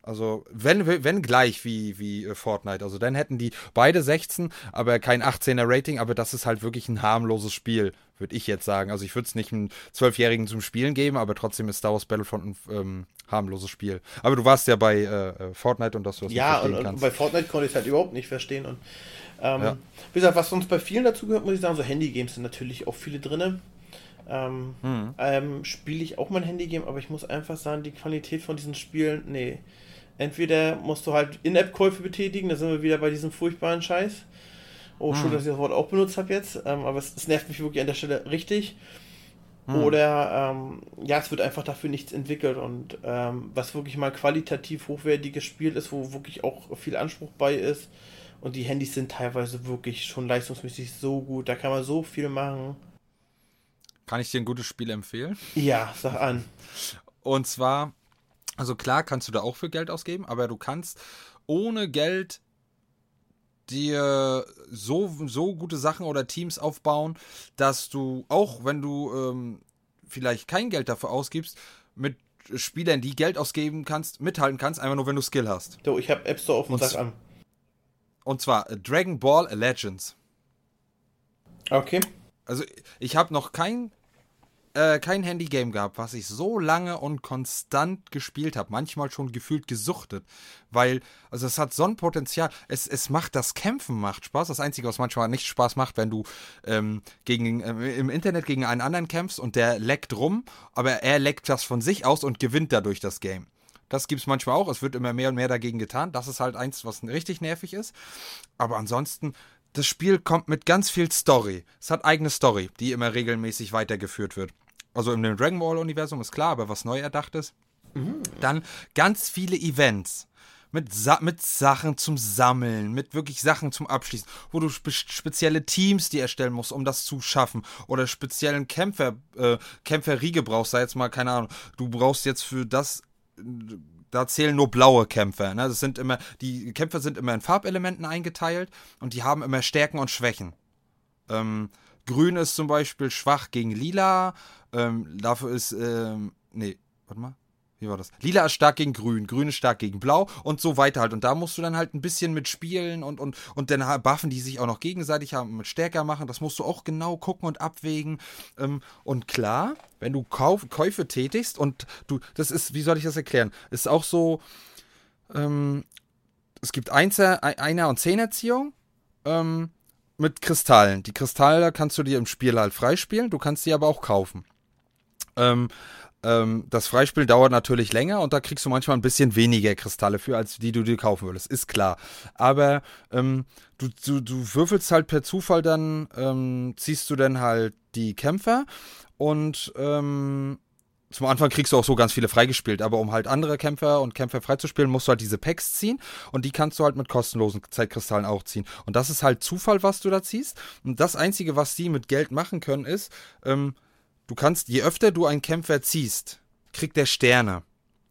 Speaker 1: Also, wenn, wenn gleich wie, wie äh, Fortnite. Also, dann hätten die beide sechzehn, aber kein achtzehner Rating. Aber das ist halt wirklich ein harmloses Spiel, würde ich jetzt sagen. Also, ich würde es nicht einem Zwölfjährigen zum Spielen geben, aber trotzdem ist Star Wars Battlefront ein ähm, harmloses Spiel. Aber du warst ja bei äh, Fortnite und dass du das
Speaker 2: Ja,
Speaker 1: nicht verstehen
Speaker 2: und,
Speaker 1: kannst.
Speaker 2: und bei Fortnite konnte ich es halt überhaupt nicht verstehen. Und ähm,
Speaker 1: Ja.
Speaker 2: wie gesagt, was uns bei vielen dazu gehört, muss ich sagen, so Handy-Games sind natürlich auch viele drin. Ähm,
Speaker 1: Mhm.
Speaker 2: ähm, spiele ich auch mal ein Handy-Game, aber ich muss einfach sagen, die Qualität von diesen Spielen, nee. Entweder musst du halt In-App-Käufe betätigen, da sind wir wieder bei diesem furchtbaren Scheiß. Oh, schön,
Speaker 1: Mhm.
Speaker 2: dass ich das Wort auch benutzt habe jetzt, ähm, aber es, es nervt mich wirklich an der Stelle richtig.
Speaker 1: Mhm.
Speaker 2: Oder, ähm, ja, es wird einfach dafür nichts entwickelt und ähm, was wirklich mal qualitativ hochwertiges Spiel ist, wo wirklich auch viel Anspruch bei ist. Und die Handys sind teilweise wirklich schon leistungsmäßig so gut, da kann man so viel machen.
Speaker 1: Kann ich dir ein gutes Spiel empfehlen?
Speaker 2: Ja, sag an.
Speaker 1: Und zwar, also klar kannst du da auch für Geld ausgeben, aber du kannst ohne Geld dir so, so gute Sachen oder Teams aufbauen, dass du, auch wenn du ähm, vielleicht kein Geld dafür ausgibst, mit Spielern, die Geld ausgeben kannst, mithalten kannst, einfach nur, wenn du Skill hast.
Speaker 2: So, ich habe App Store offen,
Speaker 1: Und,
Speaker 2: sag
Speaker 1: z-
Speaker 2: an.
Speaker 1: und zwar äh, Dragon Ball Legends.
Speaker 2: Okay.
Speaker 1: Also ich habe noch kein äh, kein Handy-Game gehabt, was ich so lange und konstant gespielt habe. Manchmal schon gefühlt gesuchtet. Weil, also es hat so ein Potenzial. Es, es macht, das Kämpfen macht Spaß. Das Einzige, was manchmal nicht Spaß macht, wenn du ähm, gegen, äh, im Internet gegen einen anderen kämpfst und der leckt rum, aber er leckt das von sich aus und gewinnt dadurch das Game. Das gibt es manchmal auch. Es wird immer mehr und mehr dagegen getan. Das ist halt eins, was richtig nervig ist. Aber ansonsten, das Spiel kommt mit ganz viel Story. Es hat eigene Story, die immer regelmäßig weitergeführt wird. Also in dem Dragon Ball Universum ist klar, aber was neu erdacht ist. Mhm. Dann ganz viele Events. Mit, Sa- mit Sachen zum Sammeln, mit wirklich Sachen zum Abschließen, wo du spe- spezielle Teams die erstellen musst, um das zu schaffen. Oder speziellen Kämpfer, äh, Kämpferriege brauchst, sei jetzt mal, keine Ahnung, du brauchst jetzt für das, da zählen nur blaue Kämpfer. Ne? Das sind immer, die Kämpfer sind immer in Farbelementen eingeteilt und die haben immer Stärken und Schwächen. Ähm, Grün ist zum Beispiel schwach gegen Lila. Ähm, dafür ist, ähm, nee, warte mal. Wie war das? Lila ist stark gegen Grün, Grün ist stark gegen Blau und so weiter halt. Und da musst du dann halt ein bisschen mit spielen und, und, und dann buffen die sich auch noch gegenseitig haben, mit stärker machen. Das musst du auch genau gucken und abwägen. Ähm, und klar, wenn du Kauf, Käufe tätigst und du, das ist, wie soll ich das erklären? Ist auch so, ähm, es gibt Einser, Einer- und Zehnerziehung, ähm, mit Kristallen. Die Kristalle kannst du dir im Spiel halt freispielen, du kannst die aber auch kaufen. Ähm, ähm, das Freispielen dauert natürlich länger und da kriegst du manchmal ein bisschen weniger Kristalle für, als die du dir kaufen würdest, ist klar. Aber ähm, du, du, du würfelst halt per Zufall dann, ähm, ziehst du dann halt die Kämpfer und ähm, zum Anfang kriegst du auch so ganz viele freigespielt, aber um halt andere Kämpfer und Kämpfer freizuspielen, musst du halt diese Packs ziehen und die kannst du halt mit kostenlosen Zeitkristallen auch ziehen. Und das ist halt Zufall, was du da ziehst. Und das Einzige, was die mit Geld machen können, ist, ähm, du kannst, je öfter du einen Kämpfer ziehst, kriegt der Sterne.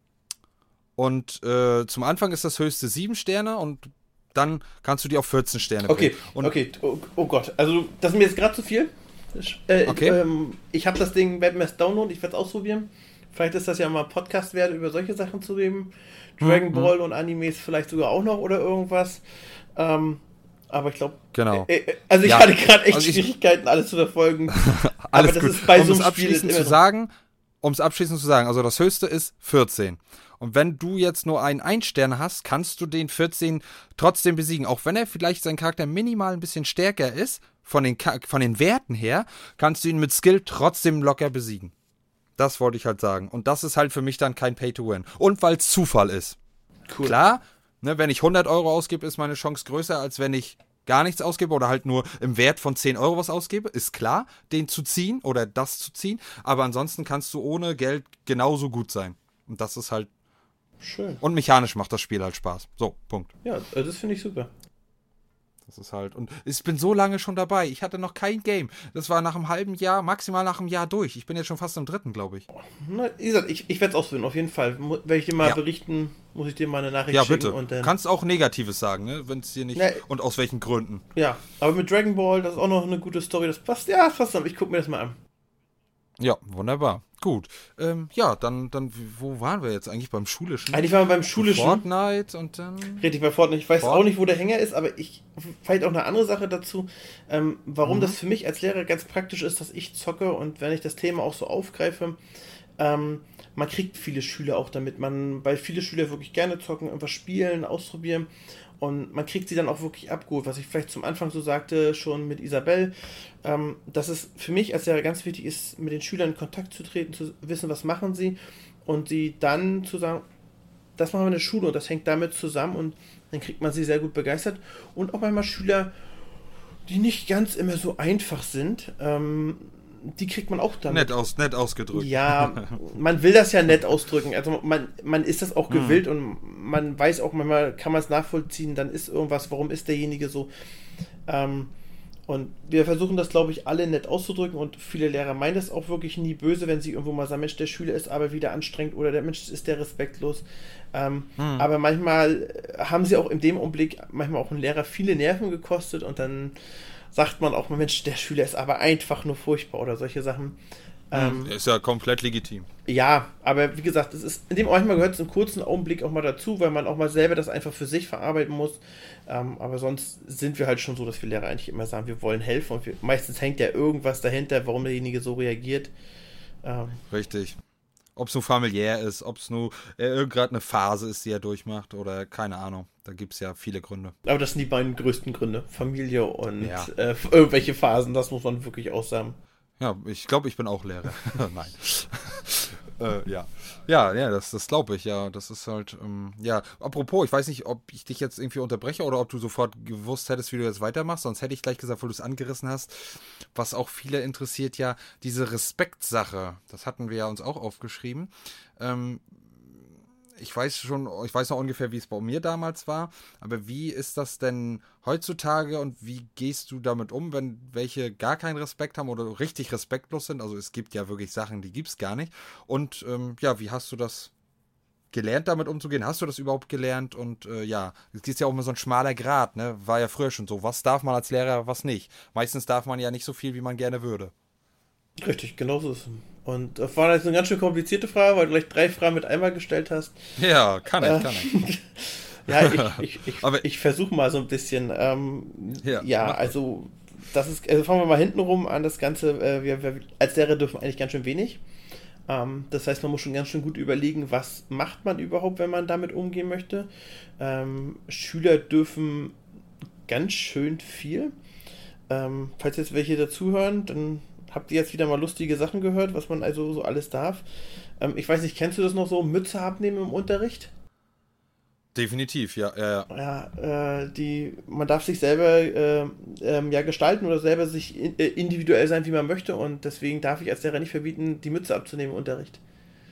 Speaker 1: Und äh, zum Anfang ist das höchste sieben Sterne und dann kannst du die auf vierzehn Sterne
Speaker 2: Okay,
Speaker 1: bringen. Und
Speaker 2: okay, oh, oh Gott, also das ist mir jetzt gerade zu viel. Äh,
Speaker 1: Okay.
Speaker 2: ähm, ich habe das Ding, werde mir das downloaden, ich werde es ausprobieren. Vielleicht ist das ja mal Podcast wert, über solche Sachen zu reden. Dragon
Speaker 1: Mhm.
Speaker 2: Ball und Animes vielleicht sogar auch noch oder irgendwas. Ähm, aber ich glaube,
Speaker 1: Genau.
Speaker 2: äh, äh, also ich
Speaker 1: Ja,
Speaker 2: hatte gerade echt
Speaker 1: also ich-
Speaker 2: Schwierigkeiten, alles zu verfolgen.
Speaker 1: Alles
Speaker 2: aber das
Speaker 1: gut.
Speaker 2: ist bei
Speaker 1: um
Speaker 2: so
Speaker 1: es
Speaker 2: einem Spiel ist
Speaker 1: abschließend
Speaker 2: immer
Speaker 1: zu
Speaker 2: noch-
Speaker 1: sagen, um es abschließend zu sagen, also das höchste ist vierzehn. Und wenn du jetzt nur einen Ein-Stern hast, kannst du den vierzehn trotzdem besiegen. Auch wenn er vielleicht sein Charakter minimal ein bisschen stärker ist, von den, Ka- von den Werten her, kannst du ihn mit Skill trotzdem locker besiegen. Das wollte ich halt sagen. Und das ist halt für mich dann kein Pay-to-Win. Und weil es Zufall ist.
Speaker 2: Cool.
Speaker 1: Klar, ne, wenn ich hundert Euro ausgebe, ist meine Chance größer, als wenn ich gar nichts ausgebe oder halt nur im Wert von zehn Euro was ausgebe. Ist klar, den zu ziehen oder das zu ziehen. Aber ansonsten kannst du ohne Geld genauso gut sein. Und das ist halt.
Speaker 2: Schön.
Speaker 1: Und mechanisch macht das Spiel halt Spaß. So, Punkt.
Speaker 2: Ja, äh, das finde ich super.
Speaker 1: Das ist halt. Und ich bin so lange schon dabei. Ich hatte noch kein Game. Das war nach einem halben Jahr, maximal nach einem Jahr durch. Ich bin jetzt schon fast im dritten, glaube ich.
Speaker 2: Na, wie gesagt, ich, ich werde es ausprobieren, auf jeden Fall. Mu- Werde ich dir mal
Speaker 1: Ja.
Speaker 2: berichten, muss ich dir mal eine Nachricht
Speaker 1: Ja,
Speaker 2: schicken.
Speaker 1: bitte.
Speaker 2: Und dann,
Speaker 1: Kannst auch Negatives sagen, ne? Wenn es dir nicht.
Speaker 2: Nee.
Speaker 1: Und aus welchen Gründen.
Speaker 2: ja, aber mit Dragon Ball, das ist auch noch eine gute Story. Das passt, ja, das passt. Ich gucke mir das mal an.
Speaker 1: Ja, wunderbar. Gut. Ähm, ja, dann, dann, wo waren wir jetzt eigentlich beim Schulischen?
Speaker 2: Eigentlich waren wir beim Schulischen.
Speaker 1: Fortnite und dann...
Speaker 2: Richtig, bei Fortnite. Ich weiß
Speaker 1: Fort-
Speaker 2: auch nicht, wo der Hänger ist, aber ich, vielleicht auch eine andere Sache dazu, ähm, warum
Speaker 1: Mhm.
Speaker 2: das für mich als Lehrer ganz praktisch ist, dass ich zocke und wenn ich das Thema auch so aufgreife, ähm, man kriegt viele Schüler auch damit, man, weil viele Schüler wirklich gerne zocken, irgendwas spielen, ausprobieren und man kriegt sie dann auch wirklich abgeholt, was ich vielleicht zum Anfang so sagte, schon mit Isabel, ähm, dass es für mich als Lehrer ganz wichtig ist, mit den Schülern in Kontakt zu treten, zu wissen, was machen sie und sie dann zu sagen, das machen wir in der Schule und das hängt damit zusammen und dann kriegt man sie sehr gut begeistert und auch manchmal Schüler, die nicht ganz immer so einfach sind, ähm, die kriegt man auch damit.
Speaker 1: Nett, aus, nett ausgedrückt.
Speaker 2: Ja, man will das ja nett ausdrücken. Also man, man ist das auch
Speaker 1: Mhm.
Speaker 2: gewillt und man weiß auch manchmal, kann man es nachvollziehen, dann ist irgendwas, warum ist derjenige so. Ähm, und wir versuchen das, glaube ich, alle nett auszudrücken und viele Lehrer meinen das auch wirklich nie böse, wenn sie irgendwo mal sagen, Mensch, der Schüler ist aber wieder anstrengend oder der Mensch ist der respektlos. Ähm,
Speaker 1: Mhm.
Speaker 2: Aber manchmal haben sie auch in dem Augenblick manchmal auch einen Lehrer viele Nerven gekostet und dann sagt man auch mal, Mensch, der Schüler ist aber einfach nur furchtbar oder solche Sachen. Ähm,
Speaker 1: Ist ja komplett legitim.
Speaker 2: ja, aber wie gesagt, es ist in dem manchmal gehört es einen kurzen Augenblick auch mal dazu, weil man auch mal selber das einfach für sich verarbeiten muss. Ähm, aber sonst sind wir halt schon so, dass wir Lehrer eigentlich immer sagen, wir wollen helfen und wir, meistens hängt ja irgendwas dahinter, warum derjenige so reagiert. Ähm,
Speaker 1: Richtig. Ob es nur familiär ist, ob es nur äh, gerade eine Phase ist, die er durchmacht oder keine Ahnung. Da gibt es ja viele Gründe.
Speaker 2: aber das sind die beiden größten Gründe, Familie und
Speaker 1: Ja.
Speaker 2: äh, irgendwelche Phasen, das muss man wirklich auch sagen.
Speaker 1: Ja, ich glaube, ich bin auch Lehrer. Nein. äh, ja. Ja, ja, das, das glaube ich, ja. Das ist halt, ähm, ja. Apropos, ich weiß nicht, ob ich dich jetzt irgendwie unterbreche oder ob du sofort gewusst hättest, wie du jetzt weitermachst. Sonst hätte ich gleich gesagt, weil du es angerissen hast. Was auch viele interessiert, ja, diese Respektsache. Das hatten wir ja uns auch aufgeschrieben. Ähm, ich weiß schon, ich weiß noch ungefähr, wie es bei mir damals war, aber wie ist das denn heutzutage und wie gehst du damit um, wenn welche gar keinen Respekt haben oder richtig respektlos sind? Also es gibt ja wirklich Sachen, die gibt es gar nicht. Und ähm, ja, wie hast du das gelernt, damit umzugehen? Hast du das überhaupt gelernt? Und äh, ja, es ist ja auch immer so ein schmaler Grat, ne? War ja früher schon so. Was darf man als Lehrer, was nicht? Meistens darf man ja nicht so viel, wie man gerne würde.
Speaker 2: Richtig, genau so ist es. Und das war jetzt eine ganz schön komplizierte Frage, weil du gleich drei Fragen mit einmal gestellt hast.
Speaker 1: Ja, kann ich,
Speaker 2: Äh,
Speaker 1: kann ich.
Speaker 2: Ja, ich, ich, ich,
Speaker 1: Aber-
Speaker 2: ich versuche mal so ein bisschen. Ähm,
Speaker 1: Ja,
Speaker 2: ja,
Speaker 1: mach mal.
Speaker 2: also das ist, also fangen wir mal hinten rum an, das Ganze. Äh, wir, wir als Lehrer dürfen eigentlich ganz schön wenig. Ähm, das heißt, man muss schon ganz schön gut überlegen, was macht man überhaupt, wenn man damit umgehen möchte. Ähm, Schüler dürfen ganz schön viel. Ähm, falls jetzt welche dazuhören, dann habt ihr jetzt wieder mal lustige Sachen gehört, was man also so alles darf. Ähm, ich weiß nicht, kennst du das noch so? Mütze abnehmen im Unterricht?
Speaker 1: Definitiv, ja, ja, ja.
Speaker 2: Ja, äh, die, man darf sich selber äh, ähm, ja gestalten oder selber sich in, äh, individuell sein, wie man möchte und deswegen darf ich als Lehrer nicht verbieten, die Mütze abzunehmen im Unterricht.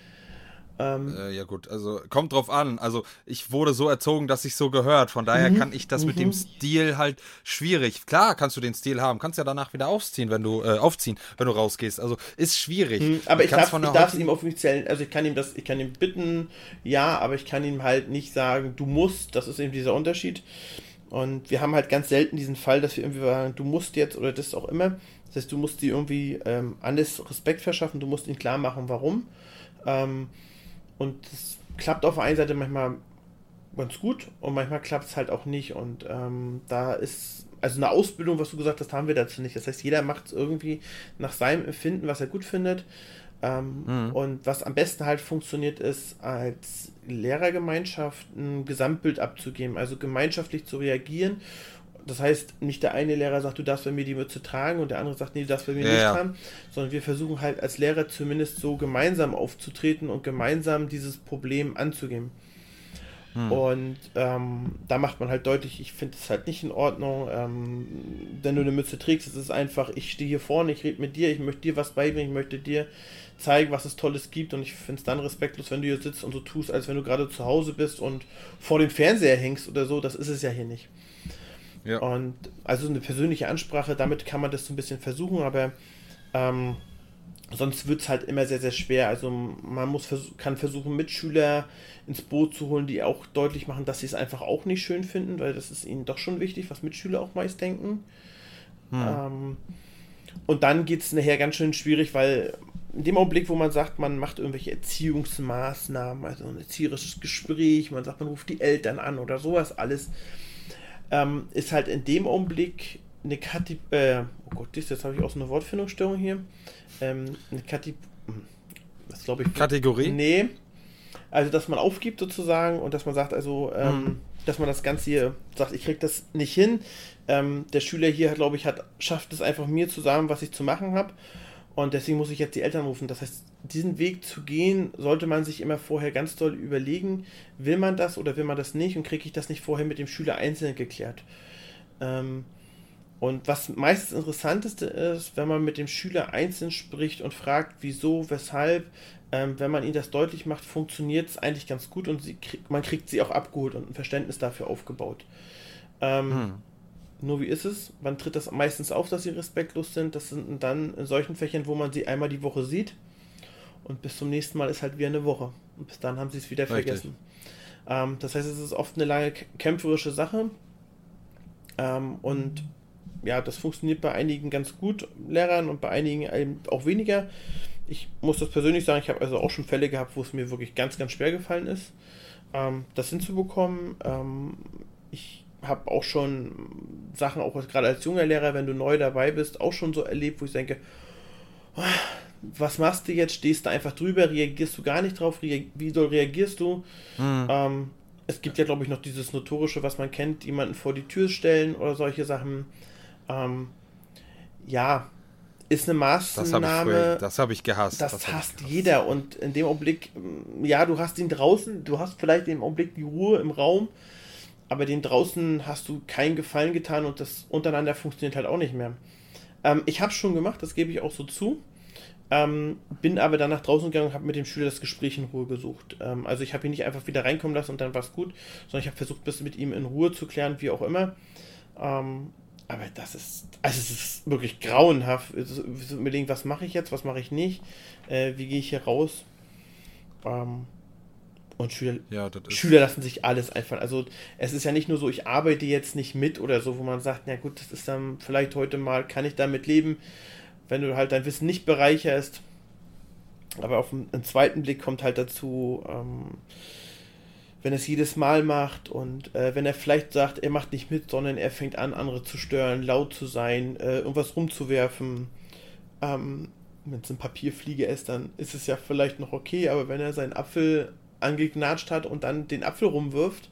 Speaker 2: Ähm,
Speaker 1: Äh, ja gut, also kommt drauf an. Also ich wurde so erzogen, dass ich so gehört. Von daher kann ich das mit dem Stil halt schwierig. Klar kannst du den Stil haben, kannst ja danach wieder aufziehen, wenn du äh, aufziehen, wenn du rausgehst. Also ist schwierig.
Speaker 2: Hm, aber
Speaker 1: Du
Speaker 2: ich
Speaker 1: kannst
Speaker 2: darf,
Speaker 1: von
Speaker 2: ich
Speaker 1: der
Speaker 2: darf es
Speaker 1: heutigen-
Speaker 2: ihm offiziell, also ich kann ihm das, ich kann ihm bitten, ja, aber ich kann ihm halt nicht sagen, du musst, das ist eben dieser Unterschied. Und wir haben halt ganz selten diesen Fall, dass wir irgendwie sagen, du musst jetzt oder das auch immer. Das heißt, du musst dir irgendwie ähm, alles Respekt verschaffen, du musst ihm klar machen, warum. Ähm, und das klappt auf der einen Seite manchmal ganz gut und manchmal klappt es halt auch nicht. Und ähm, da ist, also eine Ausbildung, was du gesagt hast, haben wir dazu nicht. Das heißt, jeder macht es irgendwie nach seinem Empfinden, was er gut findet. Ähm,
Speaker 1: Mhm.
Speaker 2: Und was am besten halt funktioniert, ist als Lehrergemeinschaft ein Gesamtbild abzugeben, also gemeinschaftlich zu reagieren. Das heißt, nicht der eine Lehrer sagt, du darfst bei mir die Mütze tragen und der andere sagt, nee, du darfst bei mir
Speaker 1: Ja,
Speaker 2: nicht
Speaker 1: ja.
Speaker 2: tragen, sondern wir versuchen halt als Lehrer zumindest so gemeinsam aufzutreten und gemeinsam dieses Problem anzugehen.
Speaker 1: Hm.
Speaker 2: Und ähm, da macht man halt deutlich, ich finde es halt nicht in Ordnung, ähm, wenn du eine Mütze trägst, es ist einfach, ich stehe hier vorne, ich rede mit dir, ich möchte dir was beibringen, ich möchte dir zeigen, was es Tolles gibt und ich finde es dann respektlos, wenn du hier sitzt und so tust, als wenn du gerade zu Hause bist und vor dem Fernseher hängst oder so, das ist es ja hier nicht.
Speaker 1: Ja.
Speaker 2: Und also eine persönliche Ansprache, damit kann man das so ein bisschen versuchen, aber ähm, sonst wird es halt immer sehr, sehr schwer. Also man muss vers- kann versuchen, Mitschüler ins Boot zu holen, die auch deutlich machen, dass sie es einfach auch nicht schön finden, weil das ist ihnen doch schon wichtig, was Mitschüler auch meist denken.
Speaker 1: Hm.
Speaker 2: Ähm, und dann geht es nachher ganz schön schwierig, weil in dem Augenblick, wo man sagt, man macht irgendwelche Erziehungsmaßnahmen, also ein erzieherisches Gespräch, man sagt, man ruft die Eltern an oder sowas alles, ähm, ist halt in dem Augenblick eine Kategorie, äh, oh Gott, jetzt habe ich auch so eine Wortfindungsstörung hier, ähm, eine Kategorie, was glaube ich?
Speaker 1: Kategorie?
Speaker 2: Nee, also dass man aufgibt sozusagen und dass man sagt, also, ähm, hm. dass man das Ganze hier sagt, ich kriege das nicht hin, ähm, der Schüler hier, glaube ich, hat schafft es einfach mir zu sagen, was ich zu machen habe. Und deswegen muss ich jetzt die Eltern rufen. Das heißt, diesen Weg zu gehen, sollte man sich immer vorher ganz doll überlegen, will man das oder will man das nicht und kriege ich das nicht vorher mit dem Schüler einzeln geklärt. Ähm, und was meistens das Interessanteste ist, wenn man mit dem Schüler einzeln spricht und fragt, wieso, weshalb, ähm, wenn man ihnen das deutlich macht, funktioniert es eigentlich ganz gut und sie krieg, man kriegt sie auch abgeholt und ein Verständnis dafür aufgebaut. Ähm, hm. Nur wie ist es? Wann tritt das meistens auf, dass sie respektlos sind? Das sind dann in solchen Fächern, wo man sie einmal die Woche sieht und bis zum nächsten Mal ist halt wieder eine Woche. Und bis dann haben sie es wieder Richtig. vergessen. Ähm, das heißt, es ist oft eine lange kämpferische Sache ähm, und ja, das funktioniert bei einigen ganz gut, Lehrern, und bei einigen auch weniger. Ich muss das persönlich sagen, ich habe also auch schon Fälle gehabt, wo es mir wirklich ganz, ganz schwer gefallen ist, ähm, das hinzubekommen. Ähm, ich habe auch schon Sachen, auch gerade als junger Lehrer, wenn du neu dabei bist, auch schon so erlebt, wo ich denke, was machst du jetzt? Stehst du einfach drüber? Reagierst du gar nicht drauf? Wie doll reagierst du? Mhm. Ähm, es gibt ja, glaube ich, noch dieses Notorische, was man kennt, jemanden vor die Tür stellen oder solche Sachen. Ähm, ja, ist eine Maßnahme.
Speaker 1: Das habe ich, hab ich gehasst.
Speaker 2: Das, das hasst gehasst. Jeder. Und in dem Augenblick, ja, du hast ihn draußen, du hast vielleicht im Augenblick die Ruhe im Raum, aber den draußen hast du keinen Gefallen getan und das untereinander funktioniert halt auch nicht mehr. Ähm, ich habe es schon gemacht, das gebe ich auch so zu. Ähm, bin aber dann nach draußen gegangen und habe mit dem Schüler das Gespräch in Ruhe gesucht. Ähm, also ich habe ihn nicht einfach wieder reinkommen lassen und dann war es gut, sondern ich habe versucht, bis mit ihm in Ruhe zu klären, wie auch immer. Ähm, aber das ist, also es ist wirklich grauenhaft. Überlegen, was mache ich jetzt, was mache ich nicht, äh, wie gehe ich hier raus? Ähm, Und Schüler, ja, Schüler lassen sich alles einfallen. Also es ist ja nicht nur so, ich arbeite jetzt nicht mit oder so, wo man sagt, na gut, das ist dann vielleicht heute mal, kann ich damit leben, wenn du halt dein Wissen nicht bereicherst. Aber auf einen, einen zweiten Blick kommt halt dazu, ähm, wenn er es jedes Mal macht und äh, wenn er vielleicht sagt, er macht nicht mit, sondern er fängt an, andere zu stören, laut zu sein, äh, irgendwas rumzuwerfen. Ähm, wenn es eine Papierfliege ist, dann ist es ja vielleicht noch okay, aber wenn er seinen Apfel angeknatscht hat und dann den Apfel rumwirft,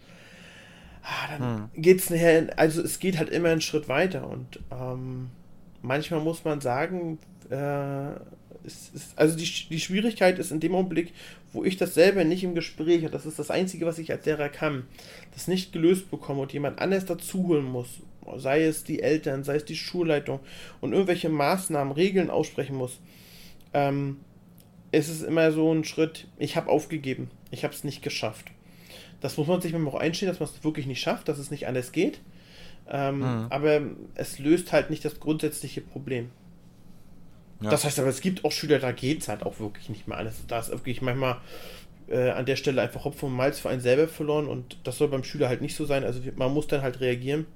Speaker 2: ah, dann hm. geht's nachher, also es geht halt immer einen Schritt weiter und ähm, manchmal muss man sagen, äh, es ist, also die, die Schwierigkeit ist in dem Augenblick, wo ich das selber nicht im Gespräch, und das ist das Einzige, was ich als Lehrer kann, das nicht gelöst bekomme und jemand anders dazu holen muss, sei es die Eltern, sei es die Schulleitung und irgendwelche Maßnahmen, Regeln aussprechen muss, ähm, es ist immer so ein Schritt, ich habe aufgegeben, ich habe es nicht geschafft. Das muss man sich manchmal auch einstehen, dass man es wirklich nicht schafft, dass es nicht anders geht. Ähm, mhm. Aber es löst halt nicht das grundsätzliche Problem. Ja. Das heißt aber, es gibt auch Schüler, da geht es halt auch wirklich nicht mehr alles. Da ist wirklich manchmal äh, an der Stelle einfach Hopfen und Malz für einen selber verloren und das soll beim Schüler halt nicht so sein. Also man muss dann halt reagieren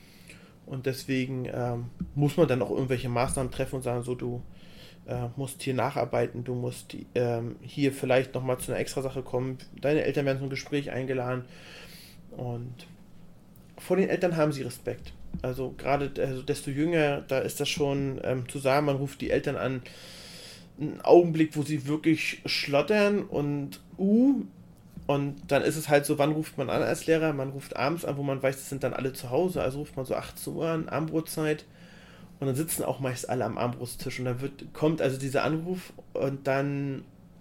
Speaker 2: und deswegen ähm, muss man dann auch irgendwelche Maßnahmen treffen und sagen, so du äh, musst hier nacharbeiten, du musst die, ähm, hier vielleicht nochmal zu einer Extrasache kommen, deine Eltern werden zum Gespräch eingeladen und vor den Eltern haben sie Respekt. Also gerade also desto jünger, da ist das schon ähm, zu sagen, man ruft die Eltern an, einen Augenblick, wo sie wirklich schlottern und uh, und dann ist es halt so, wann ruft man an als Lehrer? Man ruft abends an, wo man weiß, es sind dann alle zu Hause, also ruft man so achtzehn Uhr an, Armbrotzeit und dann sitzen auch meist alle am Armbrusttisch und dann wird, kommt also dieser Anruf und dann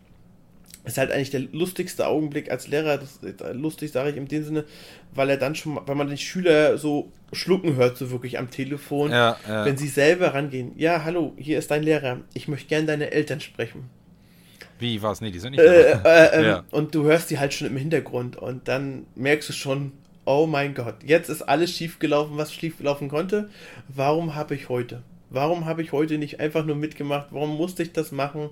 Speaker 2: ist halt eigentlich der lustigste Augenblick als Lehrer, das, lustig sage ich in dem Sinne, weil er dann schon, weil man den Schüler so schlucken hört, so wirklich am Telefon, ja, ja. Wenn sie selber rangehen, ja, hallo, hier ist dein Lehrer, ich möchte gerne deine Eltern sprechen.
Speaker 1: Wie, war es? Nee, die sind nicht
Speaker 2: äh, äh, äh, ja. Und du hörst die halt schon im Hintergrund und dann merkst du schon, oh mein Gott, jetzt ist alles schiefgelaufen, was schiefgelaufen konnte, warum habe ich heute? Warum habe ich heute nicht einfach nur mitgemacht, warum musste ich das machen?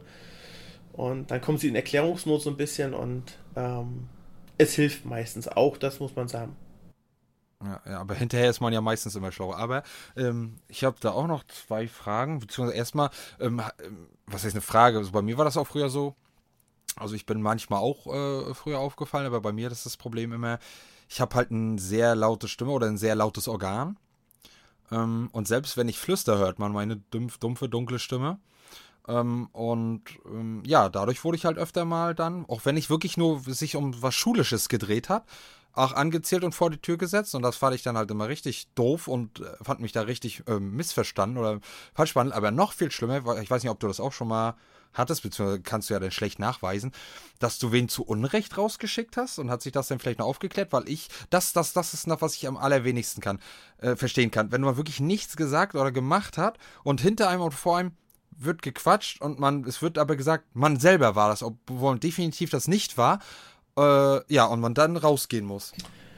Speaker 2: Und dann kommen sie in Erklärungsnot so ein bisschen und ähm, es hilft meistens auch, das muss man sagen.
Speaker 1: Ja, ja, aber hinterher ist man ja meistens immer schlauer. Aber ähm, ich habe da auch noch zwei Fragen, beziehungsweise erstmal, ähm, ha- ähm, was heißt eine Frage? Also bei mir war das auch früher so. Also ich bin manchmal auch äh, früher aufgefallen, aber bei mir ist das Problem immer, ich habe halt eine sehr laute Stimme oder ein sehr lautes Organ. Ähm, und selbst wenn ich flüster, hört man meine dumpf, dumpfe, dunkle Stimme. Ähm, und ähm, ja, dadurch wurde ich halt öfter mal dann, auch wenn ich wirklich nur sich um was Schulisches gedreht habe, auch angezählt und vor die Tür gesetzt. Und das fand ich dann halt immer richtig doof und äh, fand mich da richtig ähm, missverstanden oder falsch spannend. Aber noch viel schlimmer, weil ich weiß nicht, ob du das auch schon mal hattest, beziehungsweise kannst du ja dann schlecht nachweisen, dass du wen zu Unrecht rausgeschickt hast und hat sich das dann vielleicht noch aufgeklärt, weil ich, das, das, das ist noch, was ich am allerwenigsten kann, äh, verstehen kann. Wenn man wirklich nichts gesagt oder gemacht hat und hinter einem und vor einem wird gequatscht und man, es wird aber gesagt, man selber war das, obwohl man definitiv das nicht war, äh, ja, und man dann rausgehen muss.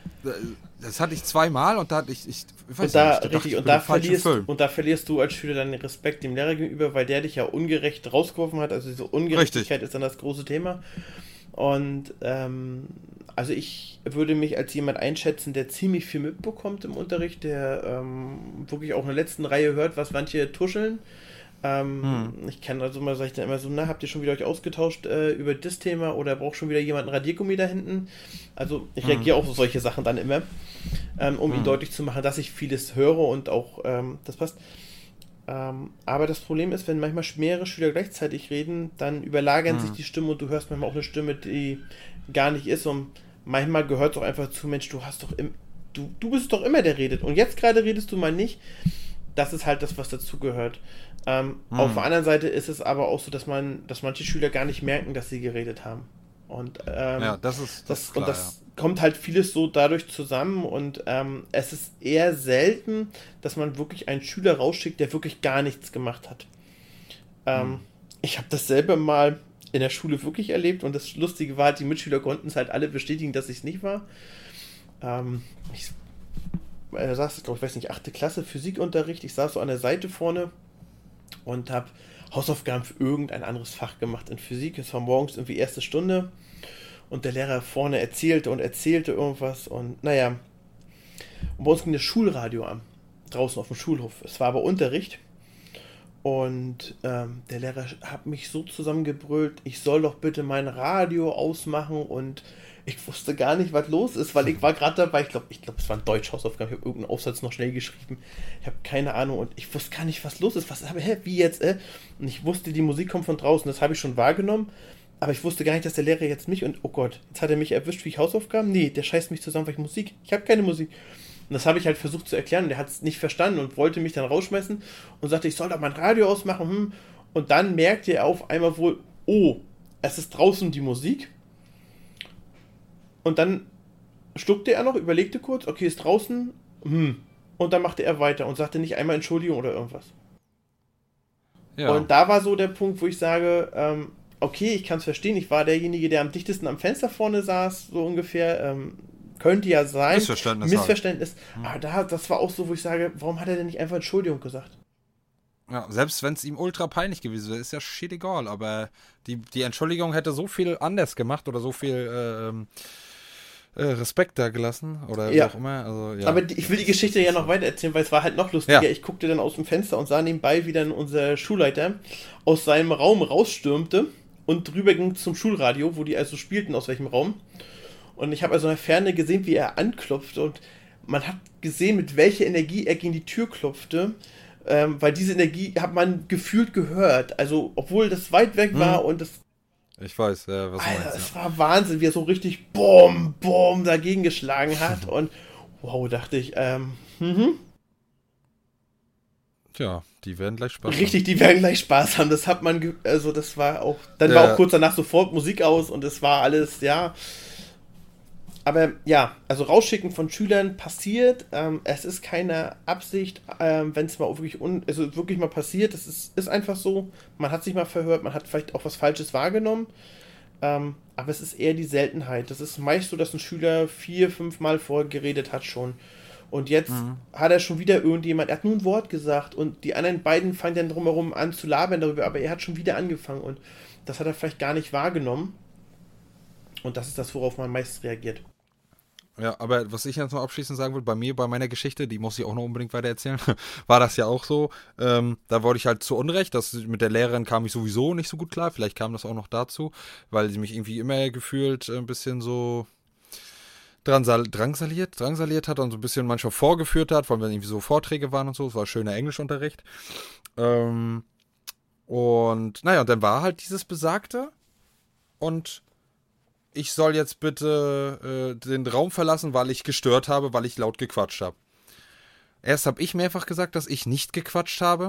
Speaker 1: Das hatte ich zweimal und da hatte ich, ich, ich weiß
Speaker 2: Und da,
Speaker 1: nicht, da dachte
Speaker 2: richtig,
Speaker 1: ich, ich
Speaker 2: und
Speaker 1: bin
Speaker 2: da
Speaker 1: im falschen
Speaker 2: verlierst,
Speaker 1: Film.
Speaker 2: und da verlierst du als Schüler dann den Respekt dem Lehrer gegenüber, weil der dich ja ungerecht rausgeworfen hat. Also diese Ungerechtigkeit
Speaker 1: Richtig.
Speaker 2: ist dann das große Thema. Und ähm, also ich würde mich als jemand einschätzen, der ziemlich viel mitbekommt im Unterricht, der ähm, wirklich auch in der letzten Reihe hört, was manche tuscheln. Ähm,
Speaker 1: Hm.
Speaker 2: ich kann also mal, sag ich dann immer so, na, habt ihr schon wieder euch ausgetauscht äh, über das Thema oder braucht schon wieder jemand einen Radiergummi da hinten? Also ich
Speaker 1: Hm.
Speaker 2: reagiere auch auf solche Sachen dann immer, ähm, um ihm
Speaker 1: Hm.
Speaker 2: deutlich zu machen, dass ich vieles höre und auch ähm, das passt. Ähm, aber das Problem ist, wenn manchmal mehrere Schüler gleichzeitig reden, dann überlagern sich
Speaker 1: Hm.
Speaker 2: die Stimmen und du hörst manchmal auch eine Stimme, die gar nicht ist und manchmal gehört es auch einfach zu, Mensch, du hast doch im, du, du bist doch immer der redet und jetzt gerade redest du mal nicht. Das ist halt das, was dazugehört. Ähm,
Speaker 1: Hm.
Speaker 2: auf der anderen Seite ist es aber auch so, dass man, dass manche Schüler gar nicht merken, dass sie geredet haben. Und ähm,
Speaker 1: Ja, das ist, das
Speaker 2: das,
Speaker 1: ist
Speaker 2: und
Speaker 1: klar, ja.
Speaker 2: das kommt halt vieles so dadurch zusammen und ähm, es ist eher selten, dass man wirklich einen Schüler rausschickt, der wirklich gar nichts gemacht hat. Ähm,
Speaker 1: Hm.
Speaker 2: Ich habe das selber mal in der Schule wirklich erlebt und das Lustige war, die Mitschüler konnten es halt alle bestätigen, dass ich es nicht war. Ähm, ich äh, saß, glaube ich, weiß nicht, achte Klasse Physikunterricht. Ich saß so an der Seite vorne und habe Hausaufgaben für irgendein anderes Fach gemacht in Physik. Es war morgens irgendwie erste Stunde und der Lehrer vorne erzählte und erzählte irgendwas und naja. Und bei uns ging das Schulradio an, draußen auf dem Schulhof. Es war aber Unterricht und ähm, der Lehrer hat mich so zusammengebrüllt, ich soll doch bitte mein Radio ausmachen und ich wusste gar nicht, was los ist, weil ich war gerade dabei, ich glaube, ich glaube, es war ein Deutsch-Hausaufgaben, ich habe irgendeinen Aufsatz noch schnell geschrieben, ich habe keine Ahnung und ich wusste gar nicht, was los ist, was, aber, hä, wie jetzt, äh? Und ich wusste, die Musik kommt von draußen, das habe ich schon wahrgenommen, aber ich wusste gar nicht, dass der Lehrer jetzt mich und, oh Gott, jetzt hat er mich erwischt, wie ich Hausaufgaben? Nee, der scheißt mich zusammen, weil ich Musik, ich habe keine Musik. Und das habe ich halt versucht zu erklären und der hat es nicht verstanden und wollte mich dann rausschmeißen und sagte, ich soll doch mein Radio ausmachen. Hm. Und dann merkte er auf einmal wohl, oh, es ist draußen die Musik. Und dann schluckte er noch, überlegte kurz, okay, ist draußen, hm. Und dann machte er weiter und sagte nicht einmal Entschuldigung oder irgendwas.
Speaker 1: Ja.
Speaker 2: Und da war so der Punkt, wo ich sage, ähm, okay, ich kann es verstehen, ich war derjenige, der am dichtesten am Fenster vorne saß, so ungefähr, ähm, könnte ja sein.
Speaker 1: Missverständnis.
Speaker 2: Missverständnis.
Speaker 1: Halt.
Speaker 2: Aber da, das war auch so, wo ich sage, warum hat er denn nicht einfach Entschuldigung gesagt?
Speaker 1: Ja, selbst wenn es ihm ultra peinlich gewesen wäre, ist ja shit egal, aber die, die Entschuldigung hätte so viel anders gemacht oder so viel ähm, äh, Respekt da gelassen oder
Speaker 2: ja.
Speaker 1: wie auch immer. Also, ja.
Speaker 2: Aber die, ich will die Geschichte ja noch weiter erzählen, weil es war halt noch lustiger.
Speaker 1: Ja.
Speaker 2: Ich guckte dann aus dem Fenster und sah nebenbei, wie dann unser Schulleiter aus seinem Raum rausstürmte und drüber ging zum Schulradio, wo die also spielten, aus welchem Raum. Und ich habe also in der Ferne gesehen, wie er anklopfte und man hat gesehen, mit welcher Energie er gegen die Tür klopfte, ähm, weil diese Energie hat man gefühlt gehört. Also, obwohl das weit weg war hm. und das...
Speaker 1: Ich weiß, ja, was du
Speaker 2: Alter,
Speaker 1: meinst.
Speaker 2: es
Speaker 1: Ja.
Speaker 2: war Wahnsinn, wie er so richtig BOM, BOM dagegen geschlagen hat und wow, dachte ich, ähm, mhm.
Speaker 1: Tja, die werden gleich Spaß
Speaker 2: Richtig,
Speaker 1: haben.
Speaker 2: die werden gleich Spaß haben. Das hat man, ge- also das war auch, dann
Speaker 1: Ja.
Speaker 2: war auch kurz danach sofort Musik aus und es war alles, ja... Aber ja, also Rausschicken von Schülern passiert. Ähm, es ist keine Absicht, ähm, wenn es mal wirklich, un- also wirklich mal passiert. Es ist, ist einfach so. Man hat sich mal verhört, man hat vielleicht auch was Falsches wahrgenommen. Ähm, aber es ist eher die Seltenheit. Das ist meist so, dass ein Schüler vier, fünf Mal vorher geredet hat schon. Und jetzt
Speaker 1: Mhm.
Speaker 2: hat er schon wieder irgendjemand, er hat nur ein Wort gesagt und die anderen beiden fangen dann drumherum an zu labern darüber, aber er hat schon wieder angefangen und das hat er vielleicht gar nicht wahrgenommen. Und das ist das, worauf man meist reagiert.
Speaker 1: Ja, aber was ich jetzt noch abschließend sagen will, bei mir, bei meiner Geschichte, die muss ich auch noch unbedingt weiter erzählen, war das ja auch so. Ähm, da wurde ich halt zu Unrecht, das, mit der Lehrerin kam ich sowieso nicht so gut klar, vielleicht kam das auch noch dazu, weil sie mich irgendwie immer gefühlt ein bisschen so drangsal, drangsaliert, drangsaliert hat und so ein bisschen manchmal vorgeführt hat, vor allem wenn irgendwie so Vorträge waren und so, es war schöner Englischunterricht. Ähm, und naja, und dann war halt dieses Besagte und ich soll jetzt bitte äh, den Raum verlassen, weil ich gestört habe, weil ich laut gequatscht habe. Erst habe ich mehrfach gesagt, dass ich nicht gequatscht habe.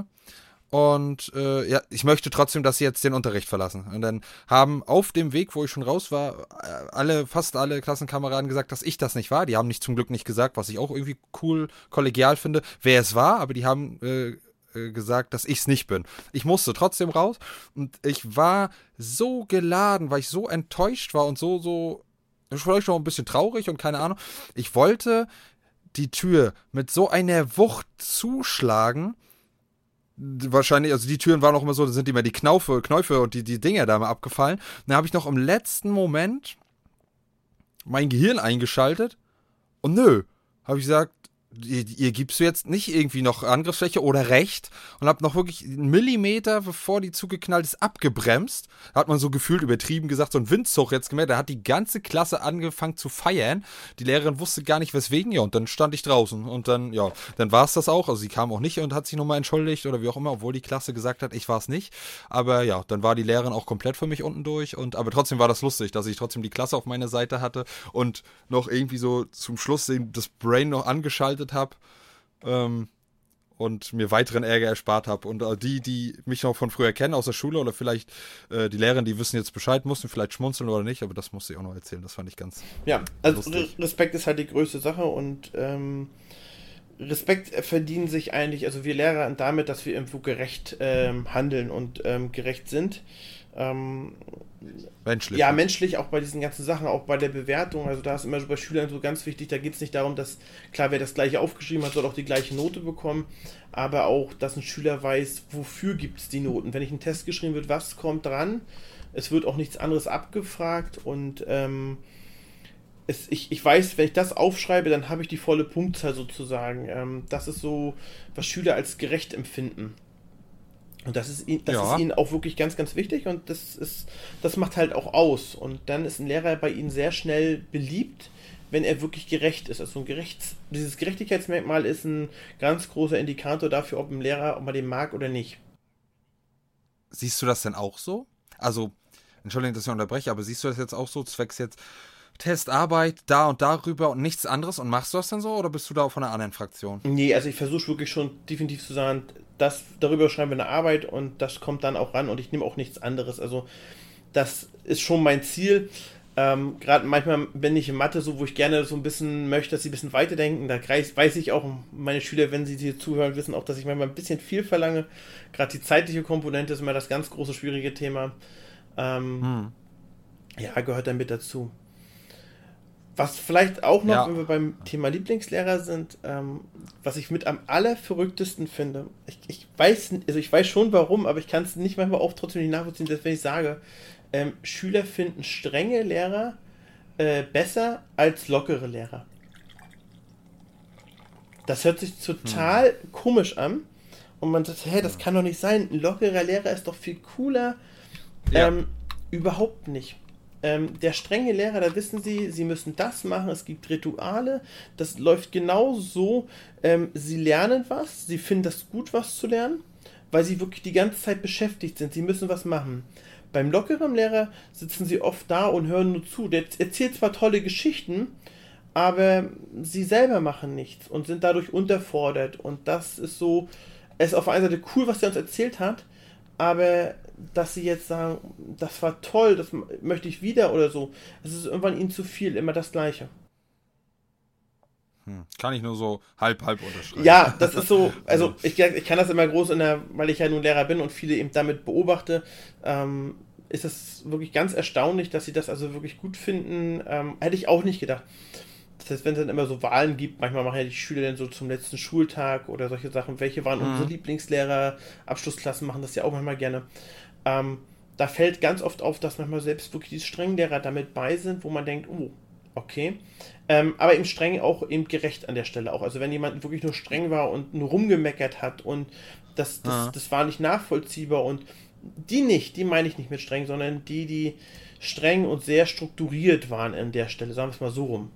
Speaker 1: Und äh, ja, ich möchte trotzdem, dass sie jetzt den Unterricht verlassen. Und dann haben auf dem Weg, wo ich schon raus war, alle, fast alle Klassenkameraden gesagt, dass ich das nicht war. Die haben nicht zum Glück nicht gesagt, was ich auch irgendwie cool, kollegial finde, wer es war, aber die haben äh, gesagt, dass ich es nicht bin. Ich musste trotzdem raus und ich war so geladen, weil ich so enttäuscht war und so, so, vielleicht noch ein bisschen traurig und keine Ahnung. Ich wollte die Tür mit so einer Wucht zuschlagen. Wahrscheinlich, also die Türen waren auch immer so, da sind immer die Knaufe, Knäufe und die, die Dinger da mal abgefallen. Dann habe ich noch im letzten Moment mein Gehirn eingeschaltet und nö, habe ich gesagt, Ihr, ihr gibst du jetzt nicht irgendwie noch Angriffsfläche oder Recht und hab noch wirklich einen Millimeter, bevor die zugeknallt ist, abgebremst. Da hat man so gefühlt übertrieben gesagt, so ein Windzug jetzt gemerkt. Da hat die ganze Klasse angefangen zu feiern. Die Lehrerin wusste gar nicht weswegen, ja, und dann stand ich draußen. Und dann, ja, dann war es das auch. Also sie kam auch nicht und hat sich nochmal entschuldigt oder wie auch immer, obwohl die Klasse gesagt hat, ich war es nicht. Aber ja, dann war die Lehrerin auch komplett für mich unten durch. Und aber trotzdem war das lustig, dass ich trotzdem die Klasse auf meiner Seite hatte und noch irgendwie so zum Schluss das Brain noch angeschaltet habe ähm, und mir weiteren Ärger erspart habe. Und äh, die, die mich noch von früher kennen aus der Schule oder vielleicht äh, die Lehrer, die wissen jetzt Bescheid, mussten vielleicht schmunzeln oder nicht, aber das musste ich auch noch erzählen. Das fand ich ganz
Speaker 2: Ja, also
Speaker 1: lustig.
Speaker 2: Respekt ist halt die größte Sache und ähm, Respekt verdienen sich eigentlich, also wir Lehrer, damit, dass wir irgendwo gerecht ähm, handeln und ähm, gerecht sind. Ähm,
Speaker 1: Menschlich.
Speaker 2: Ja, menschlich, auch bei diesen ganzen Sachen, auch bei der Bewertung. Also da ist immer so bei Schülern so ganz wichtig, da geht es nicht darum, dass, klar, wer das gleiche aufgeschrieben hat, soll auch die gleiche Note bekommen, aber auch, dass ein Schüler weiß, wofür gibt es die Noten. Wenn ich einen Test geschrieben wird, was kommt dran? Es wird auch nichts anderes abgefragt und ähm, es, ich, ich weiß, wenn ich das aufschreibe, dann habe ich die volle Punktzahl sozusagen. Ähm, das ist so, was Schüler als gerecht empfinden. Und das ist, das
Speaker 1: Ja.
Speaker 2: ist ihnen auch wirklich ganz, ganz wichtig und das ist, das macht halt auch aus. Und dann ist ein Lehrer bei ihnen sehr schnell beliebt, wenn er wirklich gerecht ist. Also ein Gerechts, dieses Gerechtigkeitsmerkmal ist ein ganz großer Indikator dafür, ob ein Lehrer, ob man den mag oder nicht.
Speaker 1: Siehst du das denn auch so? Also, Entschuldigung, dass ich unterbreche, aber siehst du das jetzt auch so, zwecks jetzt Testarbeit, da und darüber und nichts anderes und machst du das dann so oder bist du da auch von einer anderen Fraktion?
Speaker 2: Nee, also ich versuche wirklich schon definitiv zu sagen, das, darüber schreiben wir eine Arbeit und das kommt dann auch ran und ich nehme auch nichts anderes. Also das ist schon mein Ziel. Ähm, Gerade manchmal bin ich in Mathe so, wo ich gerne so ein bisschen möchte, dass sie ein bisschen weiterdenken. Da weiß ich auch, meine Schüler, wenn sie hier zuhören, wissen auch, dass ich manchmal ein bisschen viel verlange. Gerade die zeitliche Komponente ist immer das ganz große, schwierige Thema. Ähm, hm. Ja, gehört dann mit dazu. Was vielleicht auch noch, ja. wenn wir beim Thema Lieblingslehrer sind, ähm, was ich mit am allerverrücktesten finde, ich, ich weiß, also ich weiß schon warum, aber ich kann es nicht manchmal auch trotzdem nicht nachvollziehen, dass wenn ich sage, ähm, Schüler finden strenge Lehrer äh, besser als lockere Lehrer. Das hört sich total hm. komisch an und man sagt, hey, das kann doch nicht sein, ein lockerer Lehrer ist doch viel cooler. Ja. Ähm, überhaupt nicht. Ähm, der strenge Lehrer, da wissen sie, sie müssen das machen, es gibt Rituale, das läuft genau so, ähm, sie lernen was, sie finden das gut, was zu lernen, weil sie wirklich die ganze Zeit beschäftigt sind, sie müssen was machen. Beim lockeren Lehrer sitzen sie oft da und hören nur zu, der erzählt zwar tolle Geschichten, aber sie selber machen nichts und sind dadurch unterfordert und das ist so, es ist auf einer Seite cool, was er uns erzählt hat, aber dass sie jetzt sagen, das war toll, das möchte ich wieder oder so. Es ist irgendwann ihnen zu viel, immer das Gleiche.
Speaker 1: Hm, kann ich nur so halb, halb unterschreiben.
Speaker 2: Ja, das ist so, also ich, ich kann das immer groß in der, weil ich ja nun Lehrer bin und viele eben damit beobachte, ähm, ist es wirklich ganz erstaunlich, dass sie das also wirklich gut finden. Ähm, hätte ich auch nicht gedacht. Das heißt, wenn es dann immer so Wahlen gibt, manchmal machen ja die Schüler dann so zum letzten Schultag oder solche Sachen, welche waren mhm. unsere Lieblingslehrer, Abschlussklassen machen das ja auch manchmal gerne. Ähm, da fällt ganz oft auf, dass manchmal selbst wirklich die strengen Lehrer damit bei sind, wo man denkt, oh, Okay. Ähm, aber eben streng auch eben gerecht an der Stelle auch. Also wenn jemand wirklich nur streng war und nur rumgemeckert hat und das, das,
Speaker 1: Ah.
Speaker 2: das war nicht nachvollziehbar und die nicht, die meine ich nicht mit streng, sondern die, die streng und sehr strukturiert waren an der Stelle, sagen wir es mal so rum.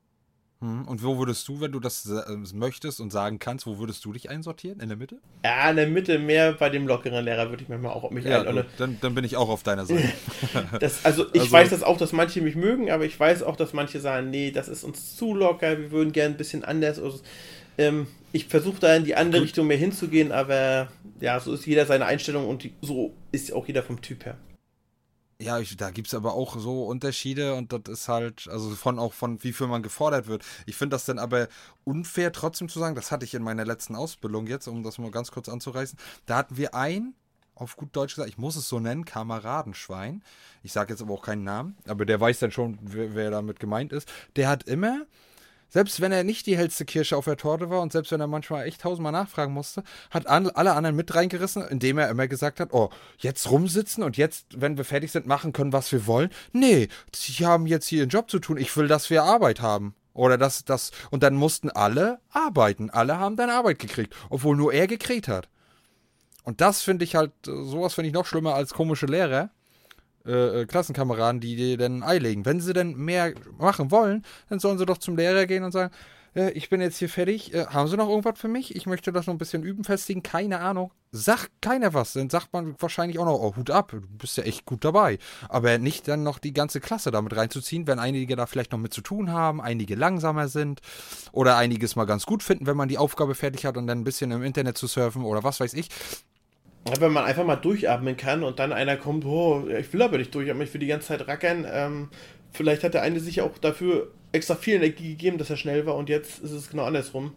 Speaker 1: Hm. Und wo würdest du, wenn du das äh, möchtest und sagen kannst, wo würdest du dich einsortieren? In der Mitte?
Speaker 2: Ja, in der Mitte mehr bei dem lockeren Lehrer würde ich manchmal auch mich
Speaker 1: Ja,
Speaker 2: einordnen.
Speaker 1: gut, dann, dann bin ich auch auf deiner Seite.
Speaker 2: Das, also ich
Speaker 1: Also,
Speaker 2: weiß das auch, dass manche mich mögen, aber ich weiß auch, dass manche sagen, nee, das ist uns zu locker, wir würden gern ein bisschen anders. Also, ähm, ich versuche da in die andere
Speaker 1: gut.
Speaker 2: Richtung mehr hinzugehen, aber ja, so ist jeder seine Einstellung und die, so ist auch jeder vom Typ her.
Speaker 1: Ja, ich, da gibt es aber auch so Unterschiede und das ist halt, also von auch von wie viel man gefordert wird. Ich finde das dann aber unfair trotzdem zu sagen, das hatte ich in meiner letzten Ausbildung jetzt, um das mal ganz kurz anzureißen. Da hatten wir ein, auf gut Deutsch gesagt, ich muss es so nennen, Kameradenschwein. Ich sage jetzt aber auch keinen Namen, aber der weiß dann schon, wer, wer damit gemeint ist. Der hat immer, selbst wenn er nicht die hellste Kirsche auf der Torte war und selbst wenn er manchmal echt tausendmal nachfragen musste, hat an, alle anderen mit reingerissen, indem er immer gesagt hat, oh, jetzt rumsitzen und jetzt, wenn wir fertig sind, machen können, was wir wollen. Nee, sie haben jetzt hier einen Job zu tun. Ich will, dass wir Arbeit haben. Oder das, das, und dann mussten alle arbeiten. Alle haben dann Arbeit gekriegt, obwohl nur er gekriegt hat. Und das finde ich halt, sowas finde ich noch schlimmer als komische Lehrer. Äh, Klassenkameraden, die dir dann ein Ei legen. Wenn sie denn mehr machen wollen, dann sollen sie doch zum Lehrer gehen und sagen, äh, ich bin jetzt hier fertig, äh, haben Sie noch irgendwas für mich? Ich möchte das noch ein bisschen üben, festigen, keine Ahnung. Sagt keiner was, dann sagt man wahrscheinlich auch noch, oh, Hut ab, du bist ja echt gut dabei. Aber nicht dann noch die ganze Klasse damit reinzuziehen, wenn einige da vielleicht noch mit zu tun haben, einige langsamer sind oder einiges mal ganz gut finden, wenn man die Aufgabe fertig hat und dann ein bisschen im Internet zu surfen oder was weiß ich.
Speaker 2: Ja, wenn man einfach mal durchatmen kann und dann einer kommt, oh, ich will aber nicht durchatmen, ich will die ganze Zeit rackern. Ähm, vielleicht hat der eine sich auch dafür extra viel Energie gegeben, dass er schnell war und jetzt ist es genau andersrum.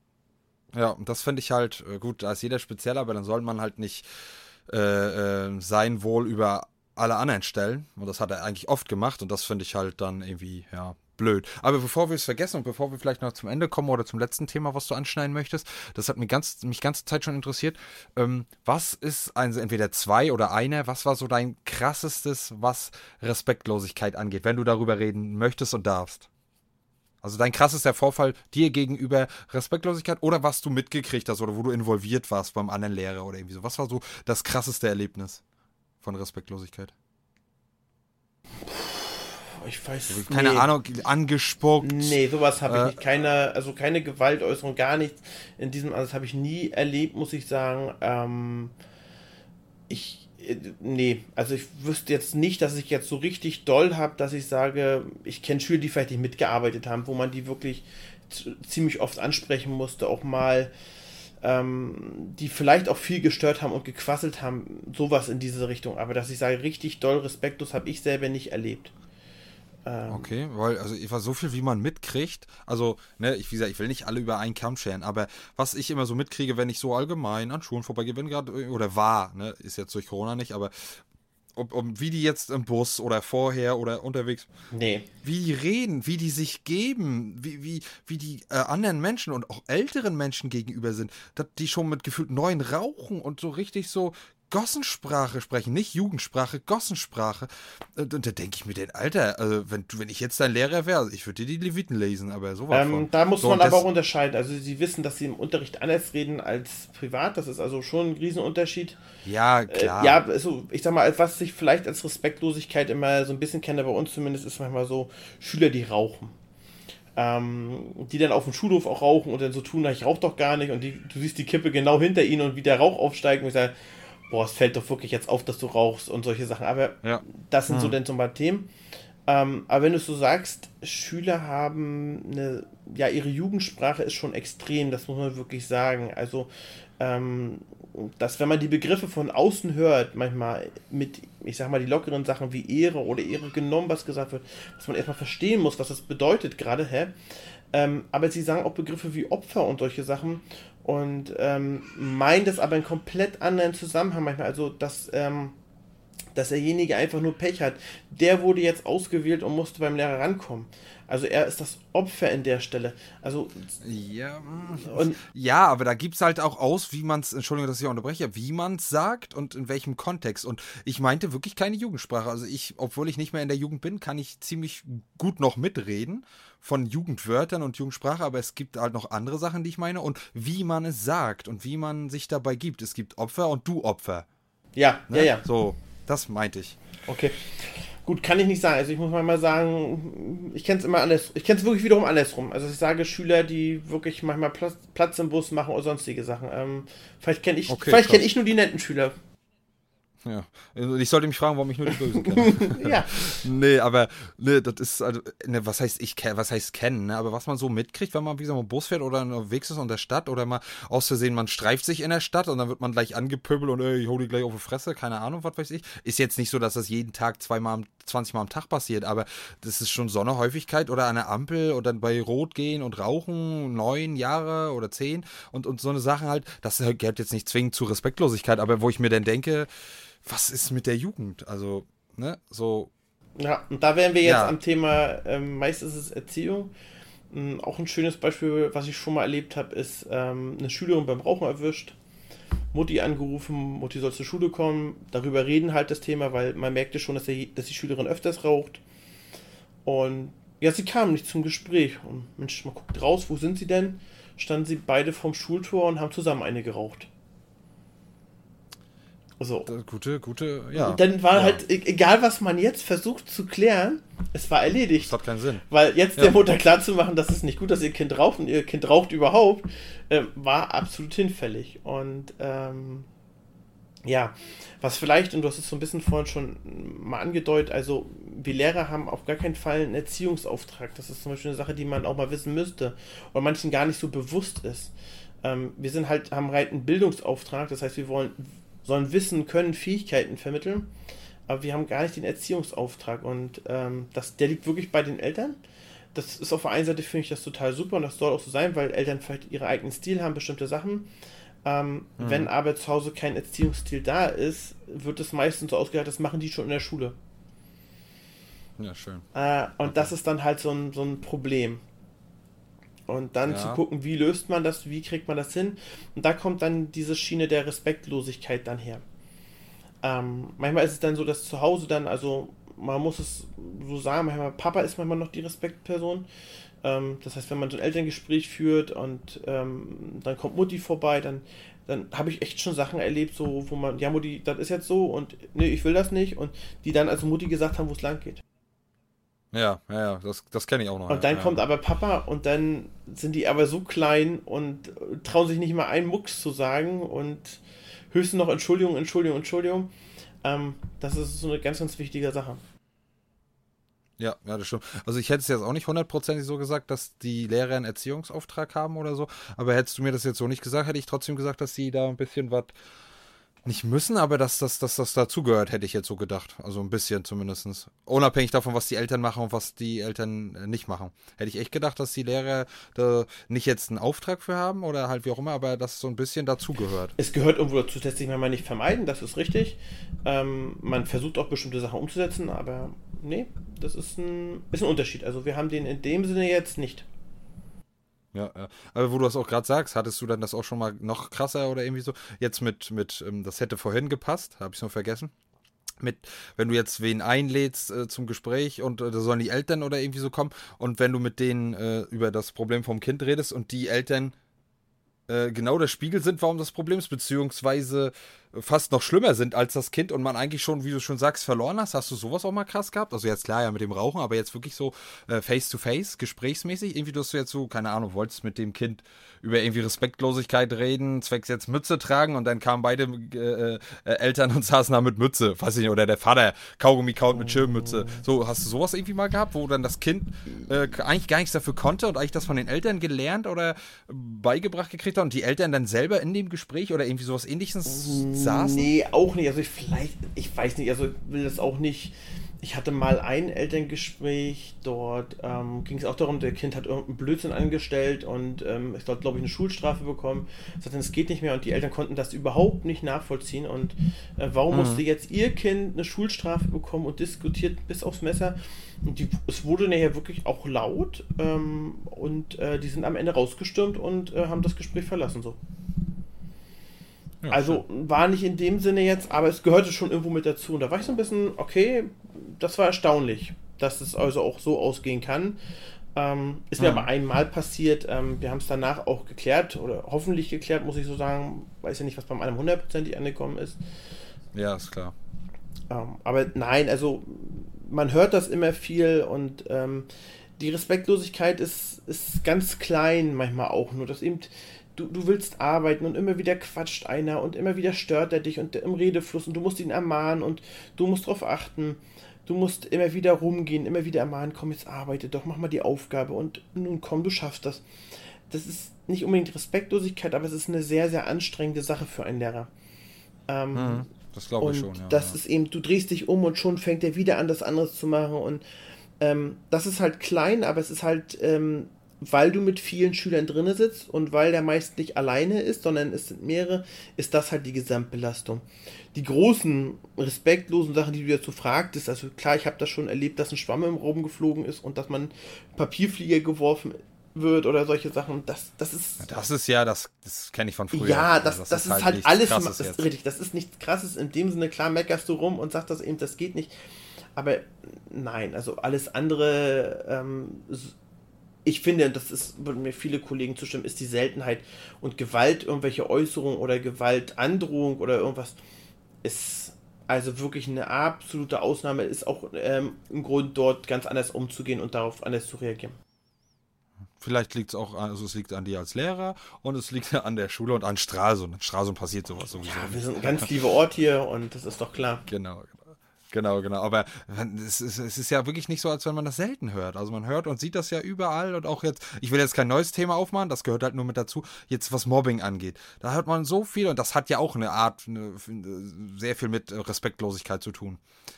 Speaker 1: Ja, und das finde ich halt, äh, gut, da ist jeder speziell, aber dann soll man halt nicht äh, äh, sein Wohl über alle anderen stellen. Und das hat er eigentlich oft gemacht und das finde ich halt dann irgendwie, ja, blöd. Aber bevor wir es vergessen und bevor wir vielleicht noch zum Ende kommen oder zum letzten Thema, was du anschneiden möchtest, das hat mich ganz, mich ganze Zeit schon interessiert. Ähm, was ist, also entweder zwei oder einer, was war so dein krassestes, was Respektlosigkeit angeht, wenn du darüber reden möchtest und darfst? Also dein krassester Vorfall dir gegenüber Respektlosigkeit oder was du mitgekriegt hast oder wo du involviert warst beim anderen Lehrer oder irgendwie so. Was war so das krasseste Erlebnis von Respektlosigkeit?
Speaker 2: Ich weiß,
Speaker 1: Also, keine
Speaker 2: nee.
Speaker 1: Ahnung, angespuckt.
Speaker 2: Nee, sowas habe ich
Speaker 1: Äh,
Speaker 2: nicht. Keine, also keine Gewaltäußerung, gar nichts. In diesem, also das habe ich nie erlebt, muss ich sagen. Ähm, ich, äh, nee, also ich wüsste jetzt nicht, dass ich jetzt so richtig doll habe, dass ich sage, ich kenne Schüler, die vielleicht nicht mitgearbeitet haben, wo man die wirklich z- ziemlich oft ansprechen musste, auch mal, ähm, die vielleicht auch viel gestört haben und gequasselt haben, sowas in diese Richtung. Aber dass ich sage, richtig doll respektlos habe ich selber nicht erlebt. Ähm,
Speaker 1: Okay, weil, also ich war so viel, wie man mitkriegt. Also, ne, ich, wie gesagt, ich will nicht alle über einen Kamm scheren, aber was ich immer so mitkriege, wenn ich so allgemein an Schulen vorbeigehe, wenn gerade, oder war, ne, ist jetzt durch Corona nicht, aber ob, ob, wie die jetzt im Bus oder vorher oder unterwegs,
Speaker 2: nee.
Speaker 1: wie die reden, wie die sich geben, wie, wie, wie die äh, anderen Menschen und auch älteren Menschen gegenüber sind, dass die schon mit gefühlt neuen rauchen und so richtig so Gossensprache sprechen, nicht Jugendsprache, Gossensprache. Und, und da denke ich mir, den Alter, also wenn, wenn ich jetzt dein Lehrer wäre, ich würde dir die Leviten lesen, aber sowas
Speaker 2: Ähm,
Speaker 1: von.
Speaker 2: da muss
Speaker 1: So,
Speaker 2: man
Speaker 1: und
Speaker 2: aber
Speaker 1: das,
Speaker 2: auch unterscheiden. Also sie wissen, dass sie im Unterricht anders reden als privat. Das ist also schon ein Riesenunterschied.
Speaker 1: ja,
Speaker 2: Äh,
Speaker 1: klar.
Speaker 2: ja, also ich sag mal, was ich vielleicht als Respektlosigkeit immer so ein bisschen kenne, bei uns zumindest, ist manchmal so Schüler, die rauchen. Ähm, die dann auf dem Schulhof auch rauchen und dann so tun, na, ich rauche doch gar nicht. Und die, du siehst die Kippe genau hinter ihnen und wie der Rauch aufsteigt und ich sage, boah, es fällt doch wirklich jetzt auf, dass du rauchst und solche Sachen. Aber
Speaker 1: Ja.
Speaker 2: das sind so
Speaker 1: Hm.
Speaker 2: dann so mal Themen. Ähm, aber wenn du es so sagst, Schüler haben eine, ja, ihre Jugendsprache ist schon extrem, das muss man wirklich sagen. Also, ähm, dass wenn man die Begriffe von außen hört, manchmal mit, ich sag mal, die lockeren Sachen wie Ehre oder Ehre genommen, was gesagt wird, dass man erstmal verstehen muss, was das bedeutet gerade, hä? Ähm, aber sie sagen auch Begriffe wie Opfer und solche Sachen und ähm, meinen das aber in komplett anderen Zusammenhang manchmal. Also, dass ähm, dass derjenige einfach nur Pech hat. Der wurde jetzt ausgewählt und musste beim Lehrer rankommen. Also er ist das Opfer in der Stelle. Also
Speaker 1: ja,
Speaker 2: und
Speaker 1: ja, aber da gibt es halt auch aus, wie man es, Entschuldigung, dass ich unterbreche, wie man es sagt und in welchem Kontext. Und ich meinte wirklich keine Jugendsprache. Also ich, obwohl ich nicht mehr in der Jugend bin, kann ich ziemlich gut noch mitreden von Jugendwörtern und Jugendsprache, aber es gibt halt noch andere Sachen, die ich meine und wie man es sagt und wie man sich dabei gibt. Es gibt Opfer und du Opfer.
Speaker 2: Ja,
Speaker 1: Ne?
Speaker 2: ja, ja.
Speaker 1: So, das meinte ich.
Speaker 2: Okay. Gut, kann ich nicht sagen. Also ich muss mal sagen, ich kenne es immer anders. Ich kenne es wirklich wiederum andersrum. Also ich sage Schüler, die wirklich manchmal Platz, Platz im Bus machen oder sonstige Sachen. Ähm, vielleicht kenne ich,
Speaker 1: Okay,
Speaker 2: vielleicht
Speaker 1: krass.
Speaker 2: kenne ich nur die netten Schüler.
Speaker 1: Ja, ich sollte mich fragen, warum ich nur die Bösen kenne.
Speaker 2: Ja.
Speaker 1: Nee, aber ne, das ist also, ne, was heißt ich was heißt kennen, ne? Aber was man so mitkriegt, wenn man wie gesagt im Bus fährt oder unterwegs ist in der Stadt oder mal aus Versehen, man streift sich in der Stadt und dann wird man gleich angepöbelt und ey, ich hol die gleich auf die Fresse, keine Ahnung, was weiß ich. Ist jetzt nicht so, dass das jeden Tag zweimal, zwanzig Mal am Tag passiert, aber das ist schon so eine Häufigkeit oder an der Ampel oder bei Rot gehen und rauchen, neun Jahre oder zehn und, und so eine Sachen halt, das gehört jetzt nicht zwingend zu Respektlosigkeit, aber wo ich mir dann denke, was ist mit der Jugend? Also, ne, so.
Speaker 2: Ja, und da wären wir jetzt
Speaker 1: Ja.
Speaker 2: am Thema, ähm, meist ist es Erziehung. Ähm, auch ein schönes Beispiel, was ich schon mal erlebt habe, ist ähm, eine Schülerin beim Rauchen erwischt. Mutti angerufen, Mutti soll zur Schule kommen. Darüber reden halt das Thema, weil man merkte schon, dass, der, dass die Schülerin öfters raucht. Und ja, sie kam nicht zum Gespräch. Und Mensch, man guckt raus, wo sind sie denn? Standen sie beide vorm Schultor und haben zusammen eine geraucht. So.
Speaker 1: Gute, gute, ja.
Speaker 2: Und dann war
Speaker 1: ja.
Speaker 2: halt, e- egal was man jetzt versucht zu klären, es war erledigt.
Speaker 1: Das hat keinen Sinn.
Speaker 2: Weil jetzt
Speaker 1: Ja.
Speaker 2: der Mutter klarzumachen, dass es nicht gut, dass ihr Kind raucht und ihr Kind raucht überhaupt, ähm, war absolut hinfällig. Und ähm, ja, was vielleicht, und du hast es so ein bisschen vorhin schon mal angedeutet, also wir Lehrer haben auf gar keinen Fall einen Erziehungsauftrag. Das ist zum Beispiel eine Sache, die man auch mal wissen müsste oder manchen gar nicht so bewusst ist. Ähm, wir sind halt, haben halt einen Bildungsauftrag, das heißt, wir wollen sollen Wissen, Können, Fähigkeiten vermitteln, aber wir haben gar nicht den Erziehungsauftrag und ähm, das, der liegt wirklich bei den Eltern. Das ist auf der einen Seite, finde ich das total super und das soll auch so sein, weil Eltern vielleicht ihren eigenen Stil haben, bestimmte Sachen. Ähm, mhm. Wenn aber zu Hause kein Erziehungsstil da ist, wird es meistens so ausgehalten, das machen die schon in der Schule.
Speaker 1: Ja, schön.
Speaker 2: Äh, und
Speaker 1: Okay.
Speaker 2: das ist dann halt so ein, so ein Problem. Und dann
Speaker 1: Ja.
Speaker 2: zu gucken, wie löst man das, wie kriegt man das hin. Und da kommt dann diese Schiene der Respektlosigkeit dann her. Ähm, manchmal ist es dann so, dass zu Hause dann, also man muss es so sagen, manchmal Papa ist manchmal noch die Respektperson. Ähm, das heißt, wenn man so ein Elterngespräch führt und ähm, dann kommt Mutti vorbei, dann, dann habe ich echt schon Sachen erlebt, so wo man, ja Mutti, das ist jetzt so und nee, ich will das nicht. Und die dann als Mutti gesagt haben, wo es lang geht.
Speaker 1: Ja, ja, ja, das, das kenne ich auch noch.
Speaker 2: Und dann
Speaker 1: ja.
Speaker 2: kommt aber Papa und dann sind die aber so klein und trauen sich nicht mal einen Mucks zu sagen und höchstens noch Entschuldigung, Entschuldigung, Entschuldigung. Ähm, das ist so eine ganz, ganz wichtige Sache.
Speaker 1: Ja, ja, das stimmt. Also ich hätte es jetzt auch nicht hundertprozentig so gesagt, dass die Lehrer einen Erziehungsauftrag haben oder so, aber hättest du mir das jetzt so nicht gesagt, hätte ich trotzdem gesagt, dass sie da ein bisschen was nicht müssen, aber dass, dass, dass das dazugehört, hätte ich jetzt so gedacht. Also ein bisschen zumindest. Unabhängig davon, was die Eltern machen und was die Eltern äh, nicht machen. Hätte ich echt gedacht, dass die Lehrer da nicht jetzt einen Auftrag für haben oder halt wie auch immer, aber dass so ein bisschen dazugehört.
Speaker 2: Es gehört irgendwo dazu, das lässt sich manchmal nicht vermeiden, das ist richtig. Ähm, man versucht auch bestimmte Sachen umzusetzen, aber nee, das ist ein, ist ein Unterschied. Also wir haben den in dem Sinne jetzt nicht.
Speaker 1: Ja, ja. Aber wo du das auch gerade sagst, hattest du dann das auch schon mal noch krasser oder irgendwie so? Jetzt mit, mit ähm, das hätte vorhin gepasst, habe ich nur vergessen. Mit, wenn du jetzt wen einlädst äh, zum Gespräch und äh, da sollen die Eltern oder irgendwie so kommen und wenn du mit denen äh, über das Problem vom Kind redest und die Eltern äh, genau der Spiegel sind, warum das Problem ist, beziehungsweise fast noch schlimmer sind als das Kind und man eigentlich schon, wie du schon sagst, verloren hast. Hast du sowas auch mal krass gehabt? Also jetzt klar, ja mit dem Rauchen, aber jetzt wirklich so äh, face-to-face, gesprächsmäßig. Irgendwie, dass du jetzt so, keine Ahnung, wolltest mit dem Kind über irgendwie Respektlosigkeit reden, zwecks jetzt Mütze tragen und dann kamen beide äh, äh, Eltern und saßen da mit Mütze, weiß ich nicht, oder der Vater Kaugummi kaut mit Schirmmütze. So, hast du sowas irgendwie mal gehabt, wo dann das Kind äh, eigentlich gar nichts dafür konnte und eigentlich das von den Eltern gelernt oder beigebracht gekriegt hat und die Eltern dann selber in dem Gespräch oder irgendwie sowas Ähnliches saßen?
Speaker 2: Nee, auch nicht. Also ich vielleicht, ich weiß nicht, also ich will das auch nicht Ich hatte mal ein Elterngespräch, dort ähm, ging es auch darum, der Kind hat irgendeinen Blödsinn angestellt und ähm, ich glaube, glaube ich, eine Schulstrafe bekommen. Sagten, es geht nicht mehr und die Eltern konnten das überhaupt nicht nachvollziehen. Und äh, warum mhm. musste jetzt ihr Kind eine Schulstrafe bekommen und diskutiert bis aufs Messer? Und die, es wurde nachher wirklich auch laut ähm, und äh, die sind am Ende rausgestürmt und äh, haben das Gespräch verlassen. So. Ja, also schön. War nicht in dem Sinne jetzt, aber es gehörte schon irgendwo mit dazu. Und da war ich so ein bisschen, okay, das war erstaunlich, dass es also auch so ausgehen kann. Ähm, ist mir mhm. aber einmal passiert. Ähm, wir haben es danach auch geklärt oder hoffentlich geklärt, muss ich so sagen. Weiß ja nicht, was beim einem hundertprozentig angekommen ist.
Speaker 1: Ja, ist klar.
Speaker 2: Ähm, aber nein, also man hört das immer viel und ähm, die Respektlosigkeit ist, ist ganz klein manchmal auch nur, dass eben Du, du willst arbeiten und immer wieder quatscht einer und immer wieder stört er dich und im Redefluss und du musst ihn ermahnen und du musst darauf achten. Du musst immer wieder rumgehen, immer wieder ermahnen, komm, jetzt arbeite doch, mach mal die Aufgabe und nun komm, du schaffst das. Das ist nicht unbedingt Respektlosigkeit, aber es ist eine sehr, sehr anstrengende Sache für einen Lehrer. Ähm,
Speaker 1: mhm, das glaube ich schon, ja.
Speaker 2: Das
Speaker 1: ja.
Speaker 2: ist eben, du drehst dich um und schon fängt er wieder an, das anderes zu machen und ähm, das ist halt klein, aber es ist halt... Ähm, weil du mit vielen Schülern drinne sitzt und weil der meist nicht alleine ist, sondern es sind mehrere, ist das halt die Gesamtbelastung. Die großen, respektlosen Sachen, die du dazu fragtest, also klar, ich habe das schon erlebt, dass ein Schwamm im Raum geflogen ist und dass man Papierflieger geworfen wird oder solche Sachen, das, das ist...
Speaker 1: Das ist ja, das, das kenne ich von früher.
Speaker 2: Ja, das,
Speaker 1: also das,
Speaker 2: das
Speaker 1: ist,
Speaker 2: ist halt, halt alles, das ist richtig, das ist nichts Krasses, in dem Sinne, klar meckerst du rum und sagst das eben, das geht nicht, aber nein, also alles andere... Ähm, ich finde, das ist, würden mir viele Kollegen zustimmen, ist die Seltenheit. Und Gewalt, irgendwelche Äußerungen oder Gewaltandrohung oder irgendwas, ist also wirklich eine absolute Ausnahme, ist auch ähm, im Grund dort ganz anders umzugehen und darauf anders zu reagieren.
Speaker 1: Vielleicht liegt es auch, also es liegt an dir als Lehrer und es liegt an der Schule und an Stralsund. In Stralsund passiert sowas sowieso.
Speaker 2: Ja, wir sind ein ganz lieber Ort hier und das ist doch klar.
Speaker 1: Genau, genau. Genau, genau. Aber es ist, es ist ja wirklich nicht so, als wenn man das selten hört. Also man hört und sieht das ja überall und auch jetzt, ich will jetzt kein neues Thema aufmachen, das gehört halt nur mit dazu, jetzt was Mobbing angeht. Da hört man so viel und das hat ja auch eine Art, eine, sehr viel mit Respektlosigkeit zu tun.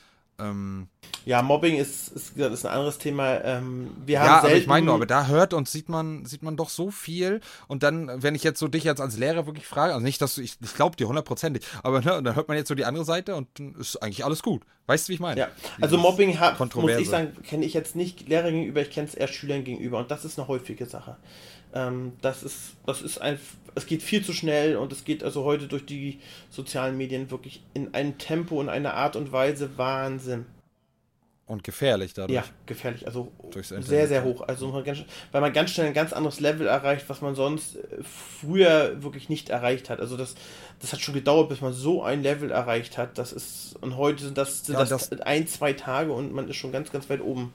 Speaker 1: Ähm,
Speaker 2: ja, Mobbing ist, ist, ist ein anderes Thema. Ähm, wir haben
Speaker 1: ja,
Speaker 2: selten...
Speaker 1: aber ich meine nur, aber da hört und sieht man, sieht man doch so viel. Und dann, wenn ich jetzt so dich jetzt als Lehrer wirklich frage, also nicht, dass du, ich, ich glaube dir hundertprozentig, aber ne, dann hört man jetzt so die andere Seite und dann ist eigentlich alles gut. Weißt du, wie ich meine?
Speaker 2: Ja, also Mobbing hat, muss ich
Speaker 1: Kontroverse.
Speaker 2: sagen, kenne ich jetzt nicht Lehrern gegenüber, ich kenne es eher Schülern gegenüber und das ist eine häufige Sache. Ähm, das ist, das ist ein, es geht viel zu schnell und es geht also heute durch die sozialen Medien wirklich in ein Tempo, in eine Art und Weise Wahnsinn.
Speaker 1: Und gefährlich dadurch.
Speaker 2: Ja, gefährlich, also
Speaker 1: Durchs
Speaker 2: sehr,
Speaker 1: Internet.
Speaker 2: sehr hoch. Also man ganz, weil man ganz schnell ein ganz anderes Level erreicht, was man sonst äh, früher wirklich nicht erreicht hat. Also das, das hat schon gedauert, bis man so ein Level erreicht hat. Das ist, und heute sind das, sind
Speaker 1: Ja,
Speaker 2: das, das ein, zwei Tage und man ist schon ganz, ganz weit oben.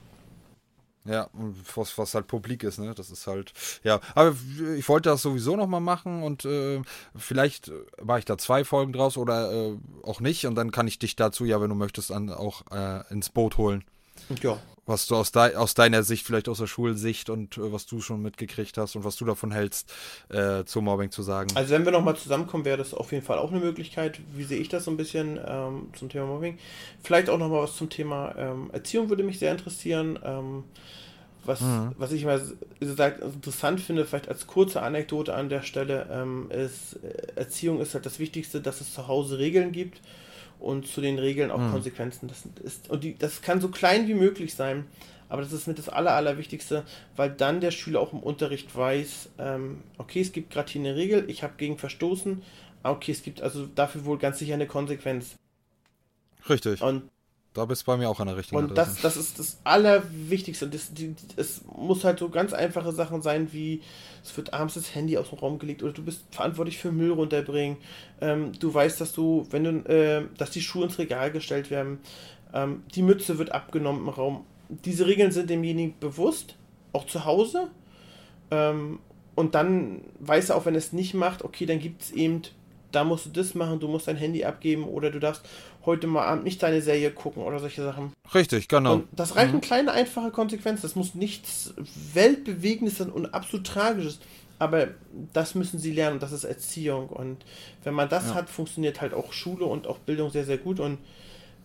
Speaker 1: Ja, was, was halt publik ist, ne? Das ist halt, ja. Aber ich wollte das sowieso nochmal machen und äh, vielleicht mache ich da zwei Folgen draus oder äh, auch nicht und dann kann ich dich dazu, ja, wenn du möchtest, an, auch äh, ins Boot holen.
Speaker 2: Ja.
Speaker 1: Was du aus, de aus deiner Sicht, vielleicht aus der Schulsicht und äh, was du schon mitgekriegt hast und was du davon hältst, äh, zu Mobbing zu sagen.
Speaker 2: Also wenn wir nochmal zusammenkommen, wäre das auf jeden Fall auch eine Möglichkeit. Wie sehe ich das so ein bisschen ähm, zum Thema Mobbing? Vielleicht auch nochmal was zum Thema ähm, Erziehung würde mich sehr interessieren. Ähm, was, mhm. was ich immer gesagt interessant finde, vielleicht als kurze Anekdote an der Stelle, ähm, ist, Erziehung ist halt das Wichtigste, dass es zu Hause Regeln gibt und zu den Regeln auch mhm. Konsequenzen. Das ist, und die, das kann so klein wie möglich sein, aber das ist mit das Aller, Allerwichtigste, weil dann der Schüler auch im Unterricht weiß, ähm, okay, es gibt gerade hier eine Regel, ich habe gegen verstoßen, okay, es gibt also dafür wohl ganz sicher eine Konsequenz.
Speaker 1: Richtig.
Speaker 2: Und
Speaker 1: da bist du bei mir auch an der richtigen
Speaker 2: Und das, das ist das Allerwichtigste. Das, die, es muss halt so ganz einfache Sachen sein, wie es wird abends das Handy aus dem Raum gelegt oder du bist verantwortlich für Müll runterbringen. Ähm, du weißt, dass du, wenn du, äh, dass die Schuhe ins Regal gestellt werden, ähm, die Mütze wird abgenommen im Raum. Diese Regeln sind demjenigen bewusst, auch zu Hause. Ähm, und dann weiß er auch, wenn er es nicht macht, okay, dann gibt es eben, da musst du das machen, du musst dein Handy abgeben oder du darfst heute mal Abend nicht deine Serie gucken oder solche Sachen.
Speaker 1: Richtig, genau.
Speaker 2: Und das reichen
Speaker 1: mhm.
Speaker 2: kleine, einfache Konsequenzen. Das muss nichts Weltbewegendes sein und absolut Tragisches. Aber das müssen sie lernen. Das ist Erziehung. Und wenn man das
Speaker 1: ja.
Speaker 2: hat, funktioniert halt auch Schule und auch Bildung sehr, sehr gut. Und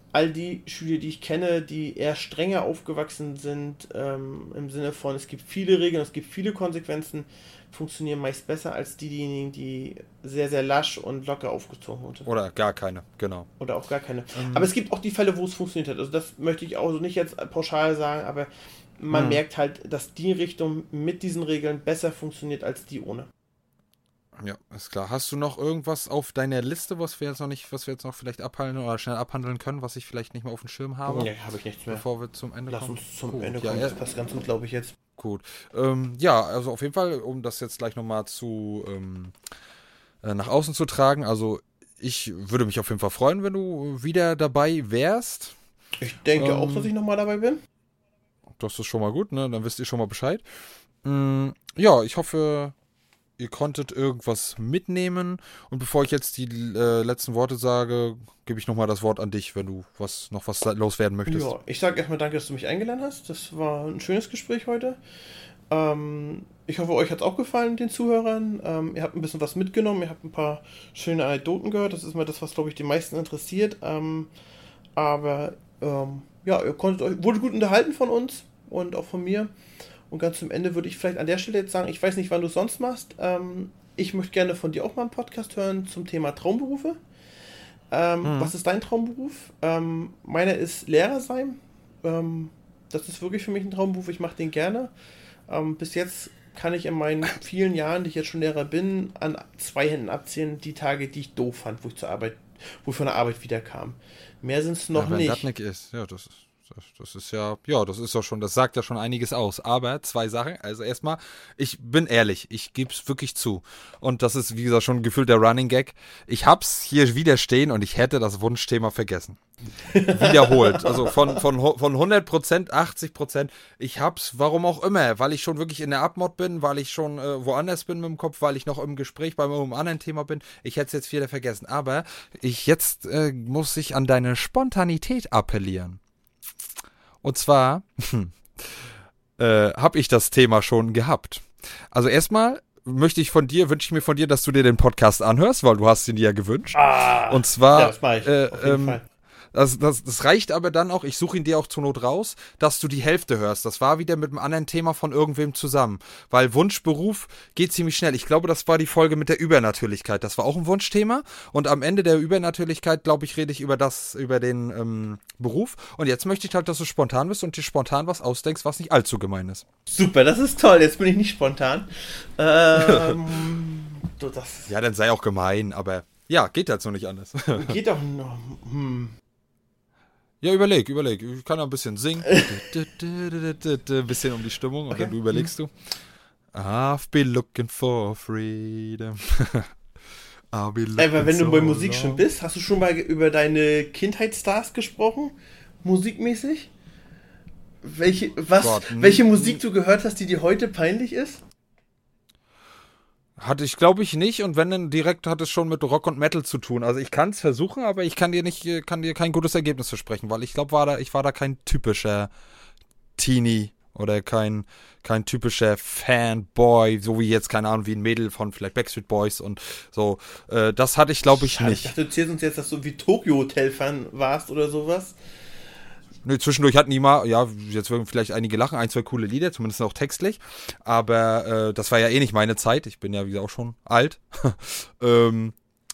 Speaker 2: all die Schüler, die ich kenne, die eher strenger aufgewachsen sind, ähm, im Sinne von, es gibt viele Regeln, es gibt viele Konsequenzen, funktionieren meist besser als diejenigen, die sehr, sehr lasch und locker aufgezogen wurden.
Speaker 1: Oder gar keine, genau.
Speaker 2: Oder auch gar keine.
Speaker 1: Ähm.
Speaker 2: Aber es gibt auch die Fälle, wo es funktioniert hat. Also das möchte ich auch so nicht jetzt pauschal sagen, aber man hm. merkt halt, dass die Richtung mit diesen Regeln besser funktioniert als die ohne.
Speaker 1: Ja, ist klar. Hast du noch irgendwas auf deiner Liste, was wir jetzt noch nicht, was wir jetzt noch vielleicht abhandeln oder schnell abhandeln können, was ich vielleicht nicht mehr auf dem Schirm habe?
Speaker 2: Nee, habe ich nichts mehr.
Speaker 1: Bevor wir zum Ende
Speaker 2: Lass
Speaker 1: kommen.
Speaker 2: Lass uns zum
Speaker 1: gut.
Speaker 2: Ende
Speaker 1: ja,
Speaker 2: kommen.
Speaker 1: Ja,
Speaker 2: das passt ganz gut, glaube ich, jetzt.
Speaker 1: Gut. Ähm, ja, also auf jeden Fall, um das jetzt gleich nochmal zu ähm, äh, nach außen zu tragen, also ich würde mich auf jeden Fall freuen, wenn du wieder dabei wärst.
Speaker 2: Ich denke
Speaker 1: ähm,
Speaker 2: auch, dass ich nochmal dabei bin.
Speaker 1: Das ist schon mal gut, ne? Dann wisst ihr schon mal Bescheid. Mm, ja, ich hoffe, ihr konntet irgendwas mitnehmen. Und bevor ich jetzt die äh, letzten Worte sage, gebe ich nochmal das Wort an dich, wenn du was noch was loswerden möchtest.
Speaker 2: Ja, ich sage erstmal danke, dass du mich eingeladen hast. Das war ein schönes Gespräch heute. Ähm, ich hoffe, euch hat es auch gefallen, den Zuhörern. Ähm, ihr habt ein bisschen was mitgenommen, ihr habt ein paar schöne Anekdoten gehört. Das ist mal das, was, glaube ich, die meisten interessiert. Ähm, aber ähm, ja, ihr konntet euch, wurde gut unterhalten von uns und auch von mir. Und ganz zum Ende würde ich vielleicht an der Stelle jetzt sagen, ich weiß nicht, wann du es sonst machst. Ähm, ich möchte gerne von dir auch mal einen Podcast hören zum Thema Traumberufe. Ähm, hm. Was ist dein Traumberuf? Ähm, meiner ist Lehrer sein. Ähm, das ist wirklich für mich ein Traumberuf. Ich mache den gerne. Ähm, bis jetzt kann ich in meinen vielen Jahren, die ich jetzt schon Lehrer bin, an zwei Händen abzählen, die Tage, die ich doof fand, wo ich zur Arbeit, wo ich von der Arbeit wiederkam. Mehr sind es noch
Speaker 1: ja, wenn
Speaker 2: nicht.
Speaker 1: Das nicht ist, ja, das ist. Das, das ist ja, ja, das ist doch schon, das sagt ja schon einiges aus. Aber zwei Sachen. Also erstmal, ich bin ehrlich, ich gebe es wirklich zu. Und das ist, wie gesagt, schon gefühlt der Running Gag. Ich hab's hier wieder stehen und ich hätte das Wunschthema vergessen. Wiederholt. Also von, von, von hundert Prozent, achtzig Prozent. Ich hab's, warum auch immer, weil ich schon wirklich in der Abmod bin, weil ich schon äh, woanders bin mit dem Kopf, weil ich noch im Gespräch bei einem anderen Thema bin. Ich hätte es jetzt wieder vergessen. Aber ich jetzt äh, muss ich an deine Spontanität appellieren. Und zwar äh, habe ich das Thema schon gehabt. Also erstmal möchte ich von dir, wünsche ich mir von dir, dass du dir den Podcast anhörst, weil du hast ihn dir ja gewünscht.
Speaker 2: Ah,
Speaker 1: und zwar,
Speaker 2: ja, das mache ich,
Speaker 1: äh,
Speaker 2: auf jeden
Speaker 1: ähm,
Speaker 2: Fall.
Speaker 1: Das, das, das reicht aber dann auch, ich suche ihn dir auch zur Not raus, dass du die Hälfte hörst. Das war wieder mit einem anderen Thema von irgendwem zusammen. Weil Wunschberuf geht ziemlich schnell. Ich glaube, das war die Folge mit der Übernatürlichkeit. Das war auch ein Wunschthema. Und am Ende der Übernatürlichkeit, glaube ich, rede ich über das, über den ähm, Beruf. Und jetzt möchte ich halt, dass du spontan bist und dir spontan was ausdenkst, was nicht allzu gemein ist.
Speaker 2: Super, das ist toll. Jetzt bin ich nicht spontan. Ähm, so, das
Speaker 1: ja, dann sei auch gemein, aber ja, geht halt so nicht anders.
Speaker 2: Geht doch noch. Hm.
Speaker 1: Ja, überleg, überleg. Ich kann ja ein bisschen singen. Ein bisschen um die Stimmung und
Speaker 2: okay.
Speaker 1: Dann überlegst du. I've been looking for freedom. I'll be looking
Speaker 2: Aber wenn
Speaker 1: so
Speaker 2: du bei Musik
Speaker 1: long.
Speaker 2: schon bist, hast du schon mal über deine Kindheitsstars gesprochen? Musikmäßig? Welche, was,
Speaker 1: Gott,
Speaker 2: welche Musik du gehört hast, die dir heute peinlich ist?
Speaker 1: Hatte ich, glaube ich, nicht. Und wenn, dann direkt hat es schon mit Rock und Metal zu tun. Also ich kann es versuchen, aber ich kann dir nicht, kann dir kein gutes Ergebnis versprechen, weil ich glaube, war da, ich war da kein typischer Teenie oder kein, kein typischer Fanboy, so wie jetzt, keine Ahnung, wie ein Mädel von vielleicht Backstreet Boys und so. Äh, das hatte ich, glaube ich,
Speaker 2: Schade,
Speaker 1: nicht.
Speaker 2: Ich dachte, du erzählst uns jetzt, dass du wie Tokyo Hotel-Fan warst oder sowas.
Speaker 1: Nö, zwischendurch hatten die mal, ja, jetzt würden vielleicht einige lachen, ein, zwei coole Lieder, zumindest auch textlich. Aber äh, das war ja eh nicht meine Zeit. Ich bin ja, wie gesagt, auch schon alt. ähm,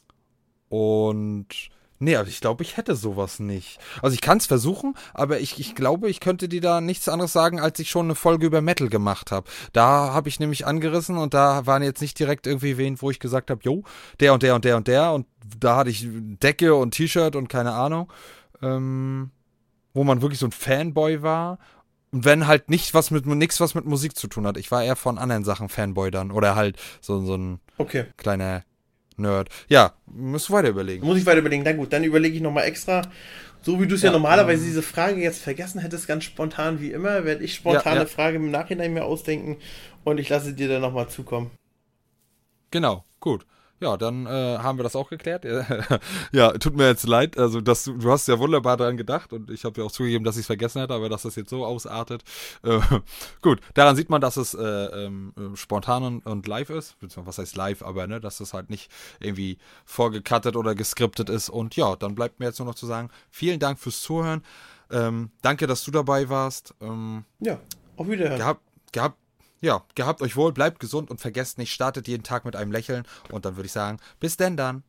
Speaker 1: und nee, also ich glaube, ich hätte sowas nicht. Also ich kann es versuchen, aber ich, ich glaube, ich könnte dir da nichts anderes sagen, als ich schon eine Folge über Metal gemacht habe. Da habe ich nämlich angerissen und da waren jetzt nicht direkt irgendwie wen, wo ich gesagt habe, jo, der und der und der und der. Und da hatte ich Decke und T-Shirt und keine Ahnung. Ähm... wo man wirklich so ein Fanboy war. Und wenn halt nicht was mit nichts was mit Musik zu tun hat. Ich war eher von anderen Sachen Fanboy dann. Oder halt so, so ein
Speaker 2: okay.
Speaker 1: kleiner Nerd. Ja, musst du weiter überlegen.
Speaker 2: Muss ich weiter überlegen. Na gut, dann überlege ich nochmal extra. So wie du es ja, ja normalerweise ähm, diese Frage jetzt vergessen hättest, ganz spontan wie immer, werde ich spontane ja, ja. Frage im Nachhinein mir ausdenken und ich lasse dir dann nochmal zukommen.
Speaker 1: Genau, gut. ja, dann äh, haben wir das auch geklärt. Ja, tut mir jetzt leid, also das, du hast ja wunderbar daran gedacht und ich habe ja auch zugegeben, dass ich es vergessen hätte, aber dass das jetzt so ausartet. Äh, gut, daran sieht man, dass es äh, ähm, spontan und, und live ist, beziehungsweise was heißt live, aber ne, dass das halt nicht irgendwie vorgecuttet oder geskriptet ist. Und ja, dann bleibt mir jetzt nur noch zu sagen, vielen Dank fürs Zuhören. Ähm, danke, dass du dabei warst. Ähm,
Speaker 2: ja, auf Wiederhören.
Speaker 1: Gehabt, gehabt, ja, gehabt euch wohl, bleibt gesund und vergesst nicht, startet jeden Tag mit einem Lächeln. Und dann würde ich sagen, bis denn dann.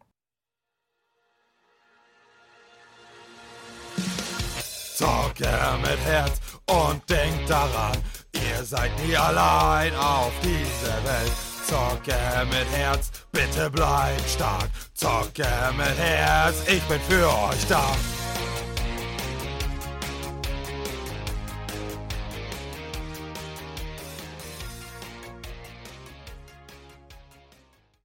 Speaker 1: Zocke mit Herz und denkt daran, ihr seid nie allein auf dieser Welt. Zocke mit Herz, bitte bleibt stark. Zocke mit Herz, ich bin für euch da.